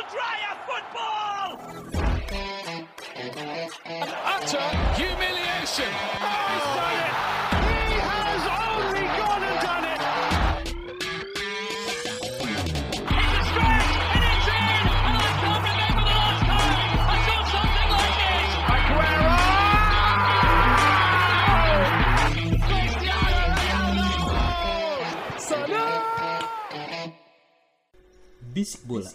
Andrea football! Utter humiliation. Oh, he's done it. He has only gone and done it. It's a stretch and it's in! And I can't remember the last time I saw something like this! Aguero! Cristiano Ronaldo! Bisik Bola.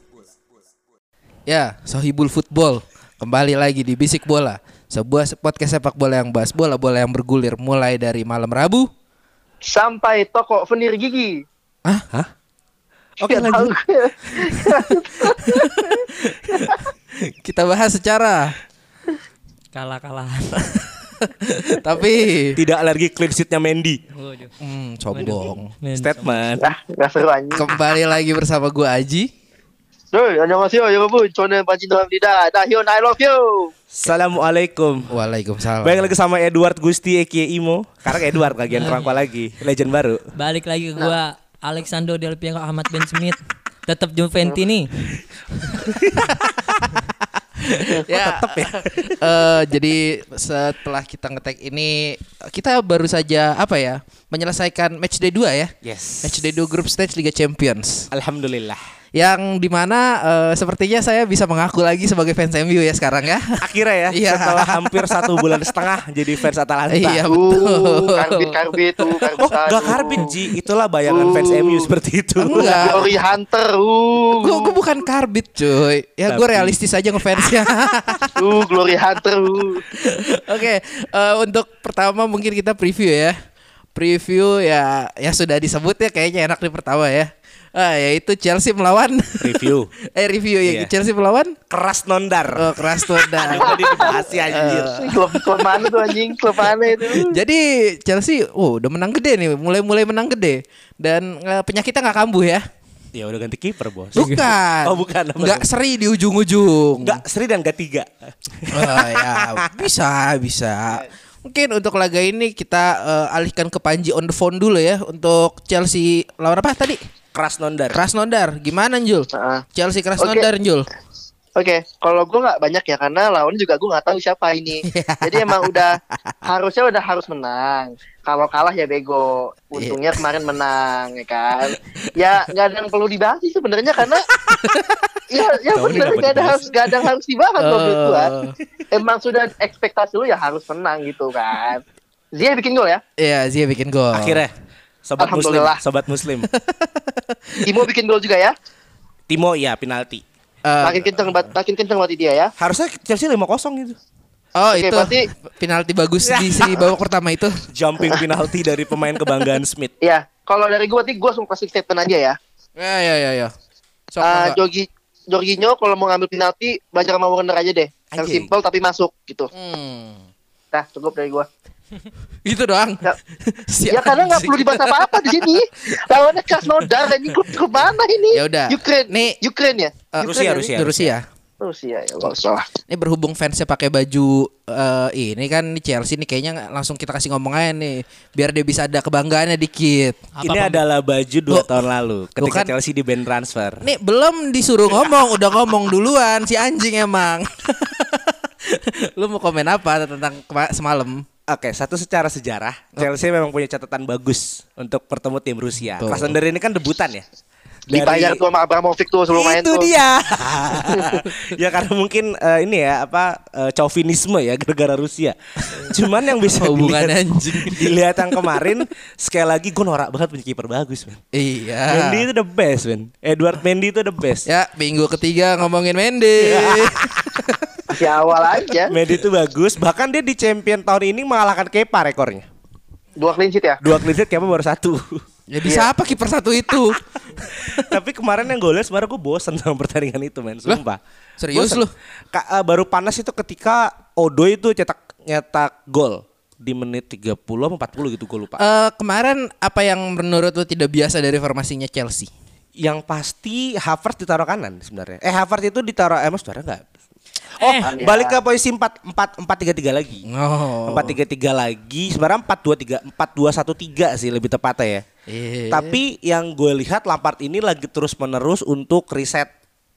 Ya, Sohibul Football. Kembali lagi di Bisik Bola, sebuah podcast sepak bola yang bahas bola-bola yang bergulir mulai dari malam Rabu sampai toko venir gigi. Hah? Oke, Nggak lanjut. tahu. Kita bahas secara kalah-kalahan. tapi Tidak alergi clean sheet-nya Mendy. sombong. Statement. Nah, nggak seru anjing. Kembali lagi bersama gua Aji. Doi, annyeonghaseyo 여러분. 저는 반진도 합니다. 다hyun, I love you. Assalamualaikum. Waalaikumsalam. Baik lagi sama Edward Gusti Eki Imo. Sekarang Edward lagi yang perangko lagi. Legend baru. Balik lagi ke gua Alexandro Del Piero Ahmad Ben Smith. Tetap Juventini. Ya, tetap ya. Jadi setelah kita ngetek ini, kita baru saja menyelesaikan match day 2 ya. Yes. Match day 2 group stage Liga Champions. Alhamdulillah. Yang dimana sepertinya saya bisa mengaku lagi sebagai fans MU ya sekarang ya. Akhirnya ya, Iya. setelah hampir 1 bulan setengah jadi fans Atalanta. Iya betul. Karbit tuh. Oh, gak karbit Ji. Itulah bayangan fans MU seperti itu. Enggak. Glory Hunter. Gue bukan karbit cuy. Ya gue Tapi- realistis aja ngefansnya. Glory Hunter. Oke, untuk pertama mungkin kita preview ya. Preview ya sudah disebut ya kayaknya enak di pertama ya. Yaitu Chelsea melawan Review. review ya. Iya. Chelsea melawan Keras nondar. Keras Tondar. Tadi dibahas ya anjir. Klub mana tuh anjing? Klub mana itu? Jadi Chelsea udah menang gede nih, mulai menang gede dan penyakitnya nggak kambuh ya. Ya udah ganti kiper, Bos. Bukan. Oh, bukan. Nggak seri di ujung-ujung. Enggak seri dan gak 3. Ya bisa. Mungkin untuk laga ini kita alihkan ke Panji on the phone dulu ya untuk Chelsea lawan apa tadi? Keras nondar. Krasnodar. Gimana Jul? Chelsea Krasnodar Jul. Oke, kalau gue nggak banyak ya karena lawan juga gue nggak tahu siapa ini. Jadi emang harusnya harus menang. Kalau kalah ya bego. Untungnya kemarin menang, ya kan. Ya nggak ada yang perlu dibahas sih sebenarnya karena ya Tahun ini bener nggak nggak ada yang harus dibahas loh menurut gua. Oh. Emang sudah ekspektasi lu ya harus menang gitu kan. Zia bikin gol ya. Iya, Zia bikin gol. Akhirnya sobat muslim, Alhamdulillah. sobat muslim. Timo bikin gol juga ya. Timo ya penalti. Makin kenceng berarti dia ya. Harusnya Chelsea 5-0 gitu. Oh, Oke, itu berarti- penalti bagus di si babak pertama itu. Jumping penalti dari pemain kebanggaan Smith. Iya, kalau dari gua berarti gua langsung kasih statement aja ya. Ya. Sok, mangga. Jorginho kalau mau ngambil penalti belajar sama Werner aja deh. Yang Anjing. simple tapi masuk gitu. Nah, cukup dari gua. Itu doang. Ya, Si ya karena nggak anjing. perlu dibahas apa-apa di sini. Lawannya Krasnodar dan ini klub mana ini? Ya udah. Ukraine. Nih, Ukraine ya? Rusia. Rusia ya, nggak salah. Ini berhubung fansnya pakai baju ini kan di Chelsea nih kayaknya langsung kita kasih ngomong aja nih biar dia bisa ada kebanggaannya dikit. Ini adalah baju 2 tahun lalu ketika Bukan. Chelsea di band transfer. Nih belum disuruh ngomong udah ngomong duluan si anjing emang. Lu mau komen apa tentang semalam? Oke, satu secara sejarah, Chelsea memang punya catatan bagus untuk bertemu tim Rusia. Betul. Krasnodar ini kan debutan ya. Dibayar tuh sama Abramovich tuh sebelum main Itu tuh. dia. Ya karena mungkin chauvinisme ya gara-gara Rusia. Cuman yang bisa Hubungannya anjing. dilihat yang kemarin sekali lagi gue norak banget punya kiper bagus, man. Iya. Mendy itu the best, man. Edward Mendy itu the best. Ya minggu ketiga ngomongin Mendy. Masih awal aja. Mendy itu bagus, bahkan dia di champion tahun ini mengalahkan Kepa rekornya. 2 clean sheet ya. 2 clean sheet, Kepa baru 1. Ya bisa apa kiper satu itu? Tapi kemarin yang gue lihat sebenarnya gue bosan sama pertandingan itu, men. Sumpah. Serius Bosen. lu? Baru panas itu ketika Odoi itu nyetak gol di menit 30 atau 40 gitu, gue lupa. Kemarin apa yang menurut lu tidak biasa dari formasinya Chelsea? Yang pasti Havertz ditaruh kanan sebenarnya. Havertz itu ditaruh sebenarnya enggak. Balik ke posisi 4-3-3 lagi. Oh. 4-3-3 lagi. Sebenarnya 4-2-1-3 sih lebih tepatnya ya. Iya. Tapi yang gue lihat Lampard ini lagi terus menerus untuk riset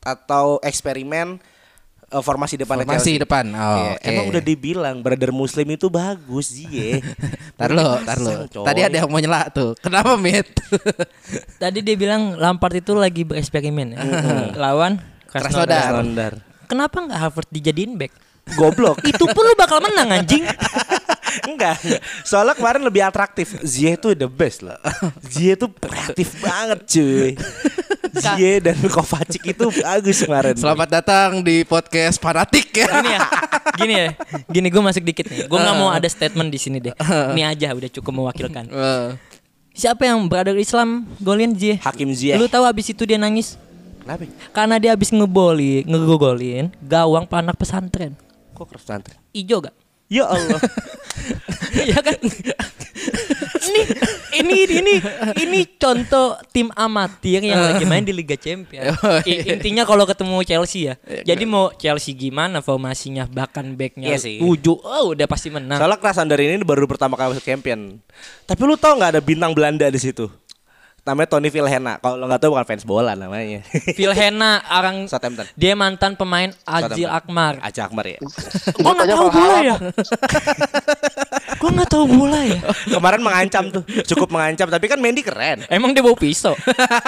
atau eksperimen formasi depan Formasi Chelsea. depan. Oh, Iya, oke. emang udah dibilang brother Muslim itu bagus Ziyech. Tar lo. Coy. Tadi ada yang mau nyela tuh. Kenapa, Mit? Tadi dia bilang Lampard itu lagi bereksperimen ya. Lawan Krasnodar. Krasnodar. Kenapa nggak Havertz dijadiin back? Goblok. Itu pun lu bakal menang anjing. Enggak. Soalnya kemarin lebih atraktif. Ziyech itu the best lah. Ziyech itu kreatif banget cuy. Ziyech dan Kovacic itu bagus kemarin. Selamat datang di podcast fanatik ya. Gini gue masuk dikit nih. Gue nggak mau ada statement di sini deh. Ini aja udah cukup mewakilkan. Siapa yang brother Islam golin Ziyech? Hakim Ziyech. Lu tahu abis itu dia nangis? Kenapa? Karena dia abis ngegolin gawang anak pesantren. Kok Krasnodar? Ijo gak? Ya Allah. Iya kan? Ini contoh tim amatir yang lagi main di Liga Champions. Intinya kalau ketemu Chelsea ya. Jadi mau Chelsea gimana formasinya, bahkan backnya Iya sih. 7, udah pasti menang. Soalnya Krasnodar ini baru pertama kali masuk champion. Tapi lu tau nggak ada bintang Belanda di situ? Namanya Tony Vilhena. Kalau lo nggak tahu bukan fans bola namanya. Vilhena orang Southampton. dia mantan pemain Adil Akmar. Aja Akmar ya. Gua nggak tahu bola ya. Gua nggak tahu bola ya. Kemarin mengancam tuh, cukup mengancam. Tapi kan Mendy keren. Emang dia bawa pisau.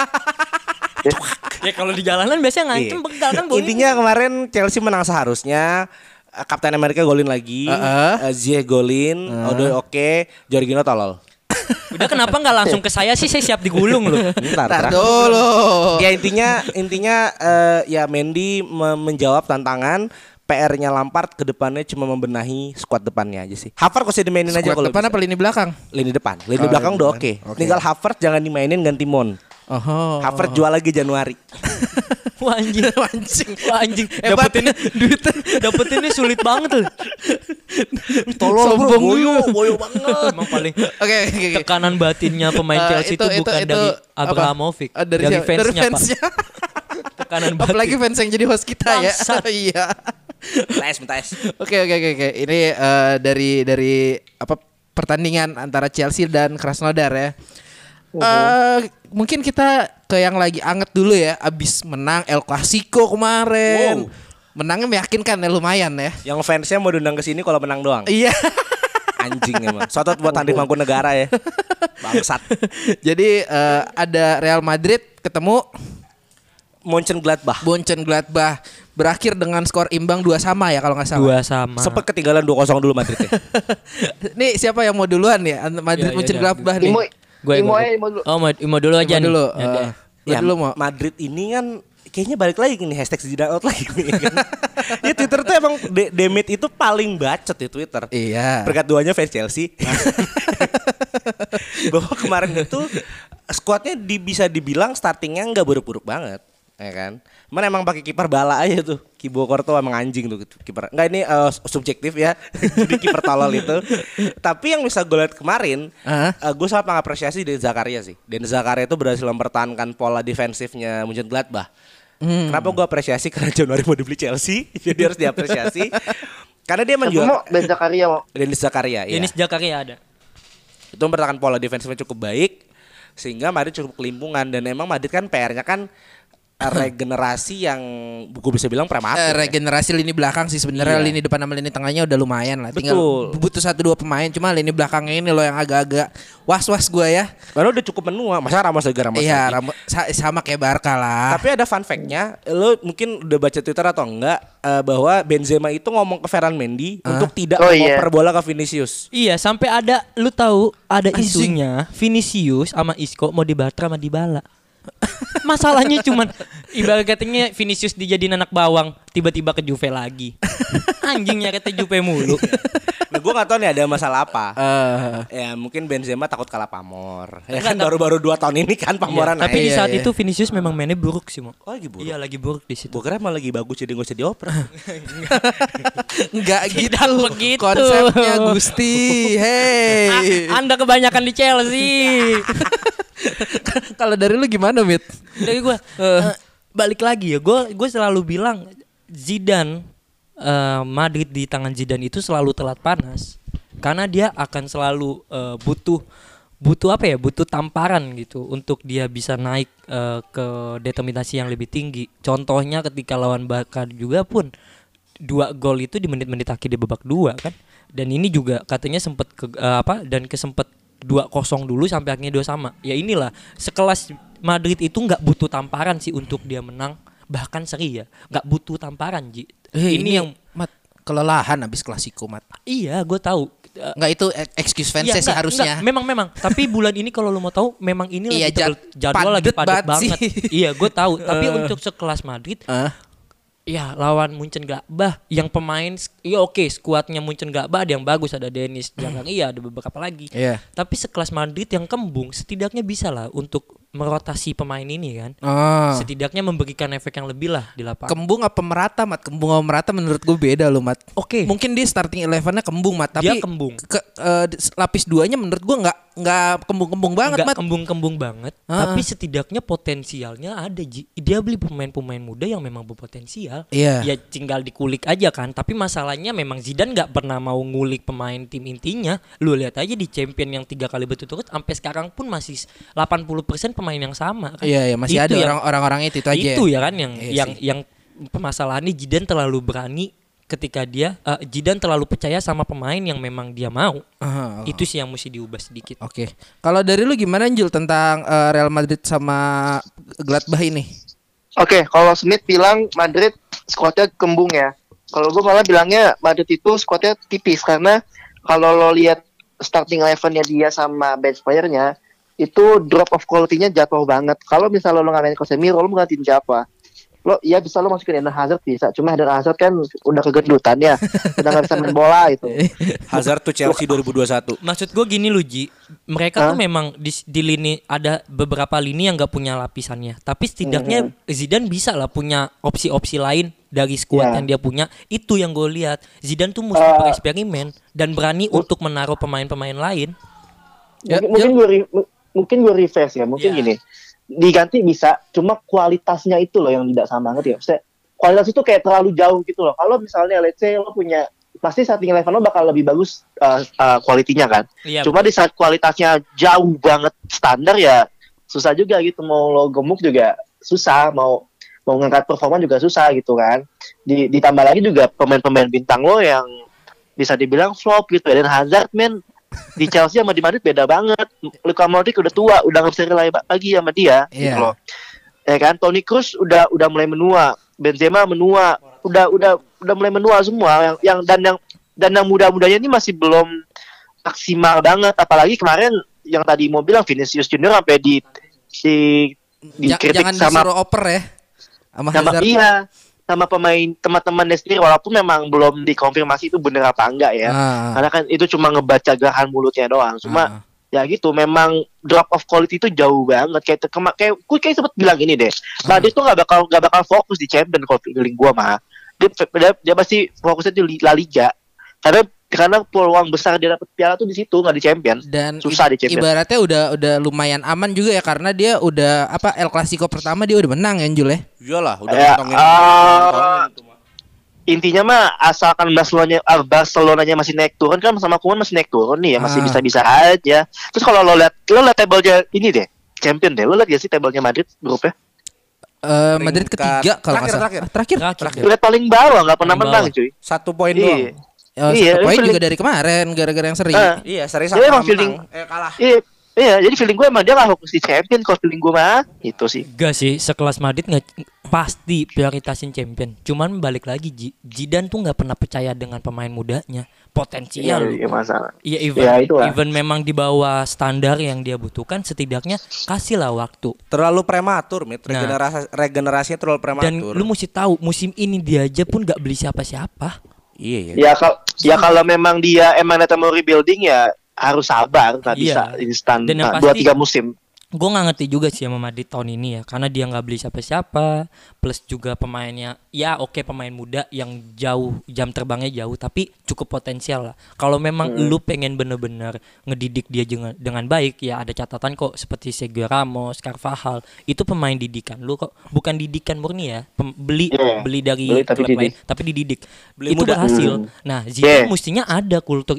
Ya kalau di jalanan biasanya ngancem begal kan bawa. Intinya kemarin Chelsea menang seharusnya. Kapten Amerika golin lagi, Ziyech golin, Odoi oke, Jorginho tolol. Udah kenapa nggak langsung ke saya sih? Saya siap digulung loh. Ntar dulu. Ya intinya ya Mendy menjawab tantangan. PR-nya Lampard ke depannya cuma membenahi skuad depannya aja sih. Havertz kok dimainin aja Squad kalau depan bisa. apa lini belakang? Lini depan. Lini belakang udah oke. Tinggal Havertz jangan dimainin ganti Mon. Oh. Havertz jual lagi Januari. Wah anjing. Wah anjing. Hebat. Dapetinnya sulit banget loh. Sombong lu. boyo banget. Emang paling Oke. tekanan batinnya pemain Chelsea itu bukan dari Abramovich, apa? dari fansnya, Pak. fansnya. Tekanan batin. Apalagi fans yang jadi host kita ya. Bangsat. Iya. Minta es. Oke. Ini dari apa pertandingan antara Chelsea dan Krasnodar ya. Mungkin kita ke yang lagi anget dulu ya. Abis menang El Clasico kemarin. Menangnya meyakinkan ya, lumayan ya. Yang fansnya mau diundang ke sini kalau menang doang. Iya. Anjing emang. Sotot buat tanding Mangkunegara ya. Bangsat. Jadi ada Real Madrid ketemu Mönchengladbach. Mönchengladbach, berakhir dengan skor imbang 2 sama ya kalau nggak salah. 2 sama. Sempet ketinggalan 2-0 dulu Madrid ya. Nih siapa yang mau duluan ya? Madrid Ya, Mönchengladbach nih. Imo dulu. Oh, Imo dulu aja Imo dulu. nih. Oke. Ya, Dulu mau. Madrid ini kan kayaknya balik lagi nih hashtag Zidane out lagi nih, kan? Ya Twitter tuh emang Demit itu paling bacot di Twitter. Iya. Berkat duanya fans Chelsea. Bahwa kemarin itu skuadnya bisa dibilang startingnya nggak buruk-buruk banget, ya kan? Cuman emang pakai kiper bala aja tuh. Thibaut Courtois emang anjing tuh kiper. Enggak ini subjektif ya. Jadi kiper tolol itu. Tapi yang bisa gue lihat kemarin, gue sangat mengapresiasi Den Zakaria sih. Den Zakaria itu berhasil mempertahankan pola defensifnya Mönchengladbach. Kenapa gue apresiasi? Karena Januari mau dibeli Chelsea, jadi harus diapresiasi. Karena dia menjual Ben Zakaria mau. Denis Zakaria, ya. Denis Zakaria ada. Itu mempertahankan pola defensifnya cukup baik sehingga Madrid cukup kelimpungan dan emang Madrid kan PR-nya kan regenerasi yang gue bisa bilang prematur. Regenerasi lini belakang sih sebenarnya. Iya. Lini depan sama lini tengahnya udah lumayan lah. Tinggal Betul. butuh 1-2 pemain. Cuma lini belakangnya ini loh yang agak-agak was-was gue ya. Karena udah cukup menua. Masa Ramos lagi Iya, lagi. sama kayak Barca lah. Tapi ada fun fact-nya, lo mungkin udah baca Twitter atau enggak, bahwa Benzema itu ngomong ke Ferran Mendy untuk tidak mengoper bola ke Vinicius. Iya, sampai ada lu tahu ada Anjing. isunya Vinicius sama Isco mau dibatra sama Dybala. Masalahnya cuman ibarat katanya Vinicius dijadiin anak bawang, tiba-tiba ke Juve lagi. Anjing nyari Juve mulu. Nah, gue gak tahu nih ada masalah apa. Ya mungkin Benzema takut kalah pamor. Ya kan Enggak, baru-baru 2 tahun ini kan pamoran. Iya, tapi di Iya, saat iya. itu Vinicius memang mainnya buruk sih, Mo. Oh, lagi buruk. Iya, lagi buruk di situ. Gue kira emang lagi bagus jadi gak usah dioper. Enggak gitu. begitu. Konsepnya Gusti. Hey. Anda kebanyakan di Chelsea. Kalau dari lu gimana, Mit? Dari gue balik lagi ya, gue selalu bilang Zidane, Madrid di tangan Zidane itu selalu telat panas karena dia akan selalu butuh butuh apa ya? Butuh tamparan gitu untuk dia bisa naik ke determinasi yang lebih tinggi. Contohnya ketika lawan Barca juga pun 2 gol itu di menit-menit akhir di babak 2 kan. Dan ini juga katanya sempat kesempet 2-0 dulu sampai akhirnya 2 sama. Ya inilah sekelas Madrid itu nggak butuh tamparan sih untuk dia menang, bahkan seri ya. Nggak butuh tamparan, Ji. Ini yang Mat, kelelahan habis klasiko, Mat. iya, gue tahu. Enggak itu excuse fans Iya, sih harusnya. Memang. Tapi bulan ini kalau lu mau tahu, memang ini Iya, lagi jadwal lagi padat banget banget. sih. Iya, gue tahu. Tapi untuk sekelas Madrid, ya lawan Mönchengladbach yang pemain iya oke, skuadnya Mönchengladbach ada yang bagus, ada Dennis Jangan, iya ada beberapa lagi. Iya. Tapi sekelas Madrid yang kembung setidaknya bisa lah untuk merotasi pemain ini kan. Setidaknya memberikan efek yang lebih lah di lapangan. Kembung apa merata, Mat? Kembung sama merata menurut gue beda loh, Mat. Oke. Mungkin dia starting 11-nya kembung, Mat, tapi Dia kembung. Lapis 2-nya menurut gue nggak kembung-kembung banget, Nggak Mat. kembung-kembung banget, tapi setidaknya potensialnya ada, Ji. Dia beli pemain-pemain muda yang memang berpotensial. Iya. Ya tinggal dikulik aja kan. Tapi masalahnya memang Zidane nggak pernah mau ngulik pemain tim intinya. Lu lihat aja di Champion yang 3 kali berturut-turut sampai sekarang pun masih 80% pemain yang sama kan. Iya, masih Itu ada yang- orang-orang itu aja. Itu ya kan yang Iya yang permasalahannya Zidane terlalu berani ketika Zidane terlalu percaya sama pemain yang memang dia mau. Itu sih yang mesti diubah sedikit. Oke. Kalau dari lu gimana, Jul, tentang Real Madrid sama Gladbach ini? Oke, kalau Smith bilang Madrid skuadnya kembung ya. Kalau gue malah bilangnya Madrid itu skuadnya tipis karena kalau lo lihat starting 11-nya dia sama bench player-nya itu drop of quality-nya jatuh banget. Kalau misalnya lo nggak main Casemiro, lo mau gantiin siapa? Lo ya bisa lo masukin Eden Hazard bisa, cuma Eden Hazard kan udah kegendutan ya, udah nggak bisa main bola itu. Hazard tuh Chelsea 2021. Maksud gue gini loh, Ji. Mereka tuh memang di lini ada beberapa lini yang nggak punya lapisannya. Tapi setidaknya Zidane bisa lah punya opsi-opsi lain dari skuad yang dia punya. Itu yang gue lihat. Zidane tuh mesti bereksperimen dan berani untuk menaruh pemain-pemain lain. Mungkin gue reverse ya, mungkin gini. Diganti bisa, cuma kualitasnya itu loh yang tidak sama, ngerti ya? Maksudnya kualitas itu kayak terlalu jauh gitu loh. Kalau misalnya let's say lo punya, pasti starting 11 lo bakal lebih bagus kualitinya kan. Iya, Cuma di saat kualitasnya jauh banget standar ya susah juga gitu. Mau lo gemuk juga susah, mau ngangkat performa juga susah gitu kan. Ditambah lagi juga pemain-pemain bintang lo yang bisa dibilang flop gitu ya. Dan Hazard men di Chelsea sama di Madrid beda banget. Luka Modric udah tua, udah nggak bisa rely lagi sama dia gitu loh. Ya kan, Toni Kroos udah mulai menua, Benzema menua, udah mulai menua semua. Dan yang muda-mudanya ini masih belum maksimal banget. Apalagi kemarin yang tadi mau bilang Vinicius Junior sampai dikritik Jangan sama disuruh oper ya. Sama Hazard. iya, sama pemain teman-temannya sendiri, walaupun memang belum dikonfirmasi itu bener apa enggak ya. Karena kan itu cuma ngebaca gerakan mulutnya doang. Cuma ya gitu, memang drop of quality itu jauh banget. Kayak sempat bilang ini deh. Madrid tuh nggak bakal fokus di Champions kalau feeling gua mah. Dia pasti fokusnya di La Liga. Karena peluang besar dia dapat piala tuh di situ, nggak di Champions. Dan susah di Champions. Ibaratnya udah lumayan aman juga ya, karena dia udah El Clasico pertama dia udah menang ya, Jul ya. Iyalah, udah Ya, ngantongin itu mah. intinya mah asalkan Barcelonanya masih naik turun kan, sama Koeman masih naik turun nih ya, masih bisa aja. Terus kalau lo lihat tabelnya ini deh, Champion deh, lo lihat ya sih tabelnya Madrid grupnya. Madrid ketiga kalau nggak salah. terakhir. Terakhir. Udah paling bawah, nggak pernah Paling menang bawah. cuy. 1 poin Iya. doang. Iya, Satu poin feeling- juga dari kemarin gara-gara yang seri. Iya, seri Iya, sama emang feeling. kalah. Iya, jadi feeling gue emang dia nggak fokus di Champion, kalau feeling gue mah itu sih. Gak sih, sekelas Madrid pasti prioritasin Champion. Cuman balik lagi, Zidane tuh nggak pernah percaya dengan pemain mudanya. Potensial. Iya masalah. Iya, Ya, itulah. even memang di bawah standar yang dia butuhkan, setidaknya kasihlah waktu. Terlalu prematur, Mit. Nah. Regenerasinya terlalu prematur. Dan lu mesti tahu, musim ini dia aja pun nggak beli siapa-siapa. Iya. Kalau memang dia emang datang mau rebuilding ya harus sabar, nggak bisa Iya. instan. Dan yang 2-3 musim. Gue nggak ngerti juga sih sama Madrid tahun ini ya, karena dia nggak beli siapa-siapa, plus juga pemainnya ya oke, pemain muda yang jam terbangnya jauh, tapi cukup potensial lah. Kalau memang lu pengen bener-bener ngedidik dia dengan baik, ya ada catatan kok, seperti Sergio Ramos, Carvajal, itu pemain didikan lu kok, bukan didikan murni ya, beli dari Beli tapi klub lain, didik. tapi dididik. Beli Itu muda. berhasil. Nah, Zidane mestinya ada kultur itu.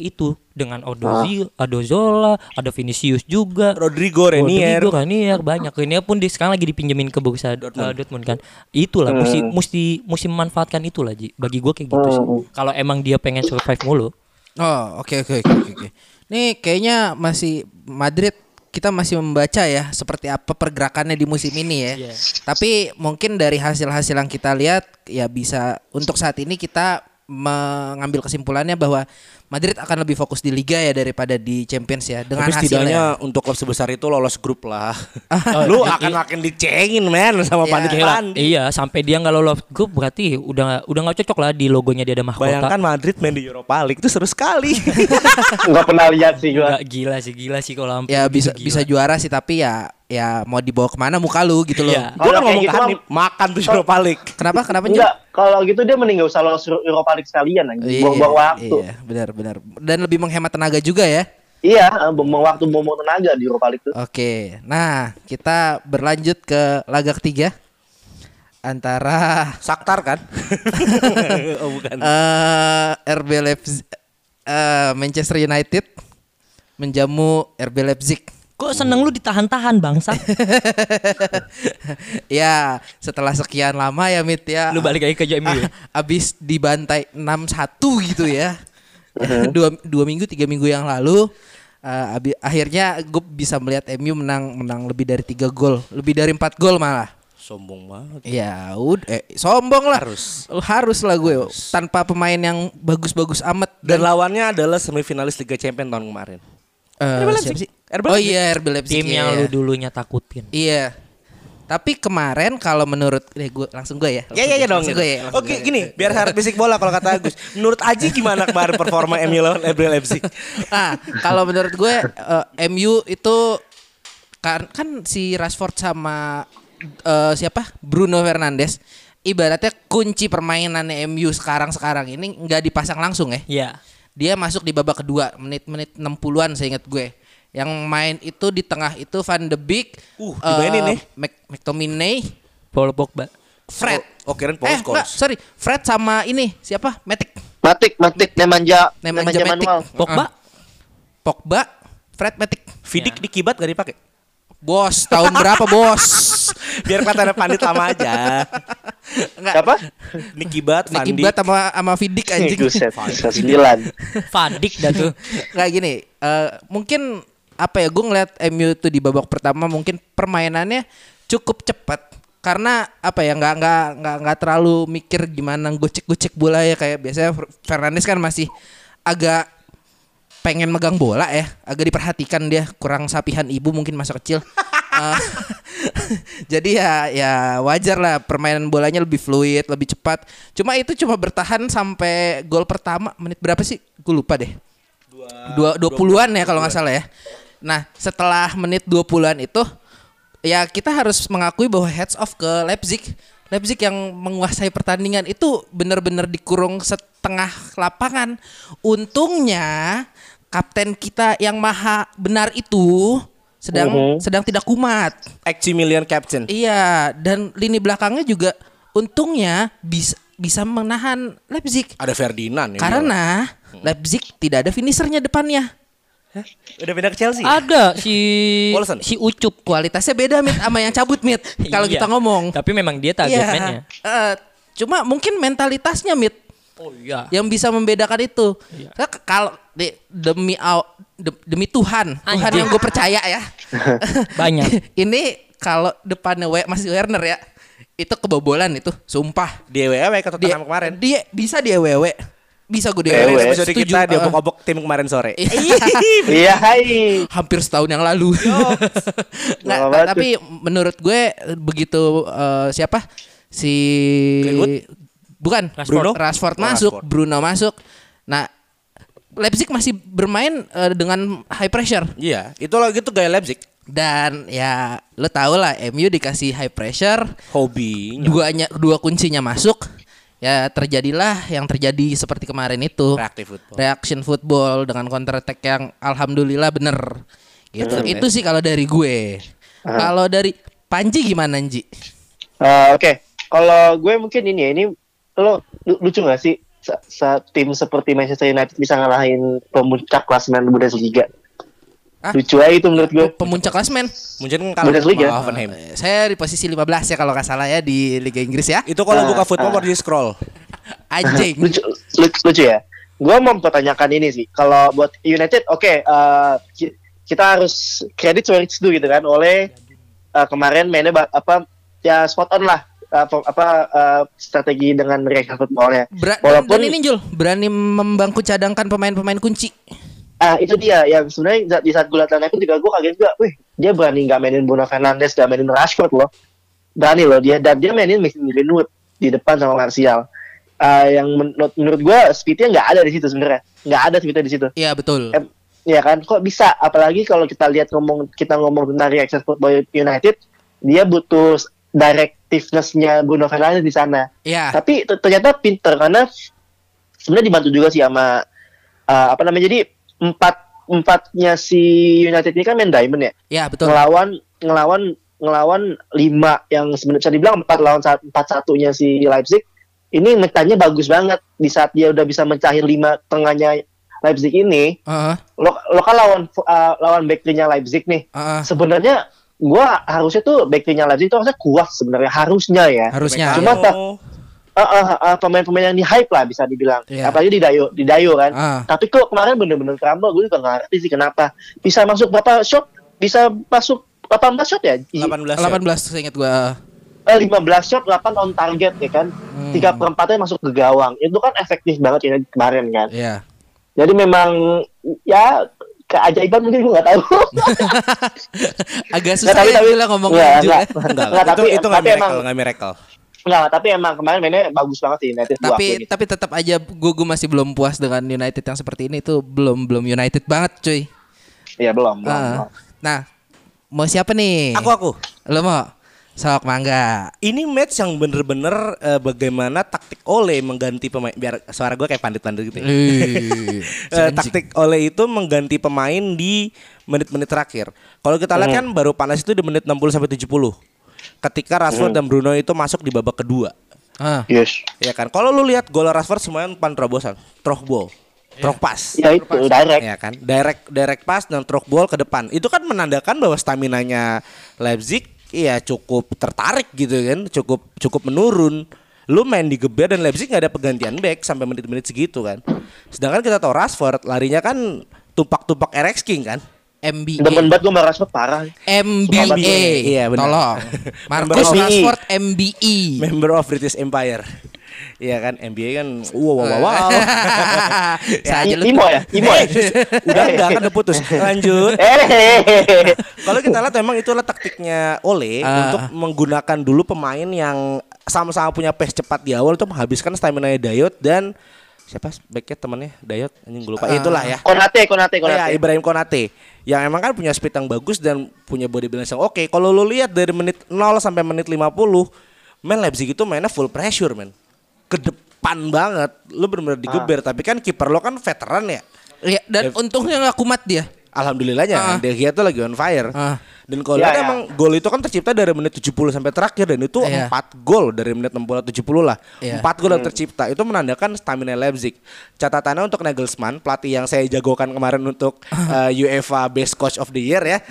dengan Odoziola, ada Vinicius juga. Rodrigo Renier. Banyak. Ini pun sekarang lagi dipinjemin ke Borussia Dortmund kan. Itulah mesti memanfaatkan itulah Ji. Bagi gue kayak gitu sih. Kalau emang dia pengen survive mulu. Oh, oke. Nih kayaknya masih Madrid kita masih membaca ya seperti apa pergerakannya di musim ini ya. Yeah. Tapi mungkin dari hasil-hasil yang kita lihat ya bisa untuk saat ini kita mengambil kesimpulannya bahwa Madrid akan lebih fokus di Liga ya daripada di Champions ya dengan Tapi setidaknya hasilnya. untuk klub sebesar itu lolos grup lah. Lu akan makin dicengin men sama Iya. Pandit-Pandit. Iya, sampai dia nggak lolos grup berarti udah nggak cocok lah di logonya dia ada mahkota. Bayangkan Madrid main di Europa League itu seru sekali. Nggak pernah lihat sih gue. Nggak, gila sih kalau sampai Ya gitu, bisa gila. juara sih tapi ya mau dibawa kemana muka lu gitu loh. Iya. Gue kan Kalau kayak ngomong gitu ke Hanif, makan tuh Europa League. Kenapa Ju? Enggak, kalau gitu dia mending gak usah lolos Europa League sekalian anjing. Buang-buang waktu. Iya, benar. Dan lebih menghemat tenaga juga ya. Iya, buang waktu, buang tenaga di Europa League tuh. Oke, nah kita berlanjut ke laga ketiga antara Shakhtar kan? Oh bukan. RB Leipzig, Manchester United menjamu RB Leipzig. Kok seneng lu ditahan-tahan bangsa? Ya, setelah sekian lama ya Mit ya. Lu balik lagi ke MU ya? Abis dibantai 6-1 gitu ya. dua minggu 3 minggu yang lalu akhirnya gue bisa melihat MU menang lebih dari 3 gol, lebih dari 4 gol malah. Sombong banget. Ya udah sombong lah. Harus lah gue tanpa pemain yang bagus-bagus amat. Dan lawannya adalah semifinalis Liga Champions tahun kemarin. Siapa sih? Oh iya RB Leipzig. Tim yang lu dulunya takutin. Iya. Tapi kemarin kalau menurut gue langsung gue ya. Ya dong. Langsung gue ya. langsung Oke gue. gini, biar harap bisik bola kalau kata Agus. Menurut Aji gimana kemarin performa MU lawan RB Leipzig? Kalau menurut gue MU itu kan si Rashford sama siapa? Bruno Fernandes ibaratnya kunci permainannya MU sekarang ini nggak dipasang langsung ya. Iya. Dia masuk di babak kedua menit 60-an seingat gue. Yang main itu di tengah itu Van de Beek, dimainin nih. McTominay, Paul Pogba. Fred. Oh kirain Paul Enggak, Scholes. sorry, Fred sama ini siapa? Matic. Matik, Nemanja Matic. manual. Pogba, Fred, Matic. Vidic di kibat gak dipakai? Bos, tahun berapa bos? Biar kelihatan Pandit lama aja. Enggak. Siapa? Nicky Bat, Nicky Fandi. Butt sama Vidic anjing. Buset, 9. Fadik dah tuh. Kayak gini, mungkin apa ya? Gue ngeliat MU tuh di babak pertama mungkin permainannya cukup cepat karena apa ya? Nggak terlalu mikir gimana gocek bola ya kayak biasanya Fernandes kan masih agak pengen megang bola ya, agak diperhatikan dia kurang sapihan ibu mungkin masa kecil. Jadi ya wajar lah permainan bolanya lebih fluid, lebih cepat. Cuma itu cuma bertahan sampai gol pertama menit berapa sih? Gue lupa deh. 20-an ya kalau nggak salah ya. Nah, setelah menit 20-an itu ya kita harus mengakui bahwa heads off ke Leipzig. Leipzig yang menguasai pertandingan itu benar-benar dikurung setengah lapangan. Untungnya kapten kita yang maha benar itu sedang tidak kumat. Maximilian Captain. Iya, dan lini belakangnya juga untungnya bisa menahan Leipzig. Ada Ferdinand ya. Karena Leipzig tidak ada finishernya depannya. Udah pindah ke Chelsea. Ada Paulson. si Ucup. Kualitasnya beda Mit sama yang cabut Mit. Kalau Iya. kita ngomong. Tapi memang dia target Iya. man-nya. Cuma mungkin mentalitasnya Mit Oh iya. yang bisa membedakan itu. Iya. Kalau demi Tuhan Anjing. yang gue percaya ya. Banyak. Ini kalau depannya masih Werner ya, itu kebobolan itu, sumpah. Di WW ke Tottenham kemarin. Dia bisa dia wewe. Bisa gue dia Dari wewe. episode Setuju. kita dia obok-obok tim kemarin sore. Iya, hai. Hampir setahun yang lalu. Nggak, Lama banget tapi menurut gue begitu siapa si Greenwood? bukan Bruno? Rashford Oh, masuk, Rashford. Bruno masuk. Nah, Leipzig masih bermain dengan high pressure Iya, itu lagi tuh gaya Leipzig. dan ya lo tau lah MU dikasih high pressure, Hobinya. dua kuncinya masuk. Ya terjadilah yang terjadi seperti kemarin itu. Reactive football. Reaction football dengan counter attack yang alhamdulillah bener. Gitu. Itu sih kalau dari gue. Kalau dari Panji gimana Nji? Oke. Kalau gue mungkin ini ya, ini lo lucu gak sih? tim seperti Manchester United bisa ngalahin pemuncak klasemen Bundesliga. Hah? Lucu aja itu menurut gue. Pemuncak klasemen. Mungkin kalah Bundesliga. sama Hoffenheim. Saya di posisi 15 ya kalau nggak salah ya di Liga Inggris ya. Itu kalau buka football baru di scroll. Anjing. Lucu ya. Gue mau mempertanyakan ini sih. Kalau buat United, oke, kita harus credit where it's due gitu kan. Oleh kemarin mainnya ya spot on lah. Strategi dengan reaction footballnya. Walaupun ini Jul berani membangku cadangkan pemain-pemain kunci. Itu dia yang sebenarnya di saat gue liat itu juga gue kaget juga. Wih, dia berani nggak mainin Bruno Fernandes, nggak mainin Rashford loh. Berani loh dia, dan dia mainin Mason Greenwood di depan sama Martial. Yang menurut gue speednya nggak ada di situ sebenarnya, nggak ada speednya di situ. Iya betul. Ya kan, kok bisa? Apalagi kalau kita lihat kita ngomong tentang reaction football United, dia butuh directiveness-nya Bruno Fernandes di sana. Iya. Tapi ternyata pinter karena sebenarnya dibantu juga sih sama jadi empatnya si United ini kan main diamond ya. Iya betul. Ngelawan 5 yang sebenarnya bisa dibilang 4-1-nya si Leipzig. Ini metanya bagus banget di saat dia udah bisa mencahin 5 tengahnya Leipzig ini. Lo kan lawan back three-nya Leipzig nih. Sebenarnya gua harusnya tuh back three-nya Leipzig itu harusnya kuat sebenarnya, harusnya ya. Harusnya. Cuma pemain-pemain yang di hype lah bisa dibilang. Apalagi di Dayo kan. Tapi kok kemarin bener-bener crumble, gue juga nggak ngerti sih kenapa. Bisa masuk berapa shot? Bisa masuk 18 shot ya? 18 seingat gue. 15 shot, 8 on target ya kan. 3/4-nya masuk ke gawang. Itu kan efektif banget ya kemarin kan. Iya. Jadi memang ya keajaiban mungkin gue nggak tahu. Agak susah ya lah ngomong Enggak, itu nggak miracle. Enggak, tapi emang kemarin mainnya bagus banget sih United. Tapi tetap aja gue masih belum puas dengan United yang seperti ini, itu belum United banget cuy. Iya belum. Nah, mau siapa nih? Aku. Lo mau? Sok mangga. Ini match yang bener-bener bagaimana taktik Ole mengganti pemain, biar suara gue kayak pandit-pandit gitu ya. Taktik Ole itu mengganti pemain di menit-menit terakhir. Kalau kita lihat kan baru panas itu di menit 60-70. Ketika Rashford dan Bruno itu masuk di babak kedua. Yes. Ya kan. Kalau lu lihat gol Rashford semuanya umpan terobosan, through ball, through pass. Ya itu direct. Ya kan. Direct pass dan through ball ke depan. Itu kan menandakan bahwa staminanya Leipzig cukup tertarik gitu kan, cukup menurun. Lu main di geber dan Leipzig nggak ada pergantian back sampai menit-menit segitu kan. Sedangkan kita tahu Rashford larinya kan tumpak-tumpak RX King kan. MBA. Demen banget gue sama Rashford parah. MBA. Iya benar. Tolong. Marcus Rashford MBE. Member of British Empire. Iya kan, MBA kan wow. Imo ya? Udah kan udah putus. Lanjut. Kalau kita lihat memang itulah taktiknya Ole untuk menggunakan dulu pemain yang sama-sama punya pace cepat di awal untuk menghabiskan stamina-nya Dayot dan siapa backnya temannya Dayot, anjing gue lupa. Itulah ya. Konate. Ya, Ibrahim Konate. Yang emang kan punya speed yang bagus dan punya body balance yang oke. Kalau lu lihat dari menit 0 sampai menit 50, Leipzig itu mainnya full pressure, ke depan banget. Lu benar-benar digeber, tapi kan kiper lo kan veteran ya. Iya, dan untungnya nggak kumat dia. Alhamdulillahnya De Gea tuh lagi on fire. Dan kalau emang gol itu kan tercipta dari menit 70 sampai terakhir, dan itu 4 gol dari menit 60 atau 70 lah. 4 gol yang tercipta. Itu menandakan stamina Leipzig. Catatannya untuk Nagelsmann, pelatih yang saya jagokan kemarin untuk UEFA Best Coach of the Year ya.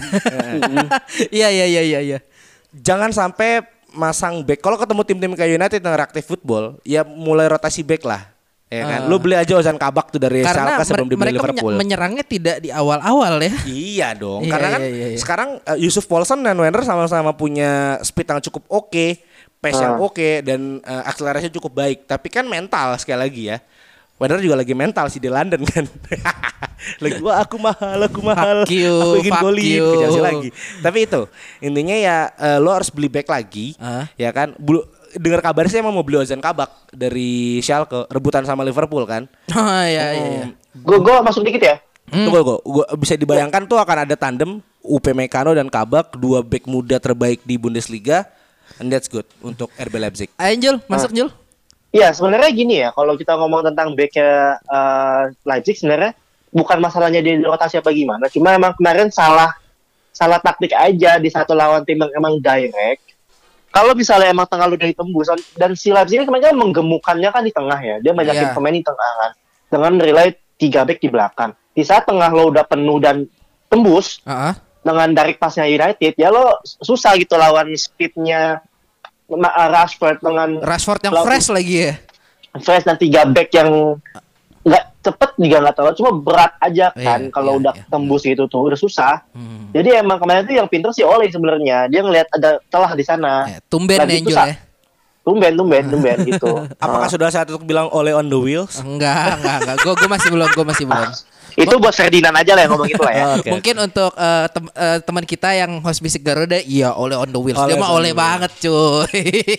Iya. Jangan sampai masang back. Kalau ketemu tim-tim kayak United yang reaktif football, ya mulai rotasi back lah. Ya kan, lu beli aja Ozan Kabak tuh dari Schalke sebelum dibeli Liverpool. Karena menyerangnya tidak di awal-awal ya. Iya dong, karena kan sekarang Yusuf Poulsen dan Werner sama-sama punya speed yang cukup oke, pace yang oke, dan akselerasinya cukup baik. Tapi kan mental sekali lagi ya. Werner juga lagi mental sih di London kan. Lagi aku mahal. Aku ingin golin ke Chelsea lagi. Tapi itu intinya ya lo harus beli back lagi, ya kan. Dengar kabar sih emang mau beli Ozan Kabak dari Schalke, rebutan sama Liverpool kan. Oh iya. Gue masuk dikit ya. Tunggu, bisa dibayangkan tuh akan ada tandem Upamecano dan Kabak, 2 back muda terbaik di Bundesliga, and that's good untuk RB Leipzig. Ayo masuk Jul. Iya, sebenarnya gini ya, kalau kita ngomong tentang backnya Leipzig sebenarnya bukan masalahnya di rotasi apa gimana, cuma emang kemarin salah taktik aja di satu lawan tim yang emang direct. kalau misalnya emang tengah lu udah ditembus dan si Leipzig ini kemarin kan menggemukkannya kan di tengah ya. Dia banyakin Iya. pemain di tengah kan. Dengan relay 3 back di belakang. Di saat tengah lo udah penuh dan tembus Heeh. dengan direct pass-nya United, ya lo susah gitu lawan speed-nya Rashford dengan Rashford yang Lalu- fresh lagi ya. fresh dan 3 back yang nggak cepet juga nggak tahu, cuma berat aja kan Iya, kalau iya, udah iya. tembus gitu tuh udah susah. Hmm. Jadi emang kemarin tuh yang pinter sih Ole sebenarnya, dia ngelihat ada celah di sana. Tumben Dan ya itu Jul ya. Tumben gitu. Apakah sudah saat itu bilang oleh on the wheels? Enggak. Gue masih belum. Itu buat Ferdinand aja lah yang ngomong gitu lah ya. Oke. Mungkin untuk teman kita yang host bisik Garuda, iya Ole on the wheels. Ole Dia mah on Ole the wheels. banget cuy.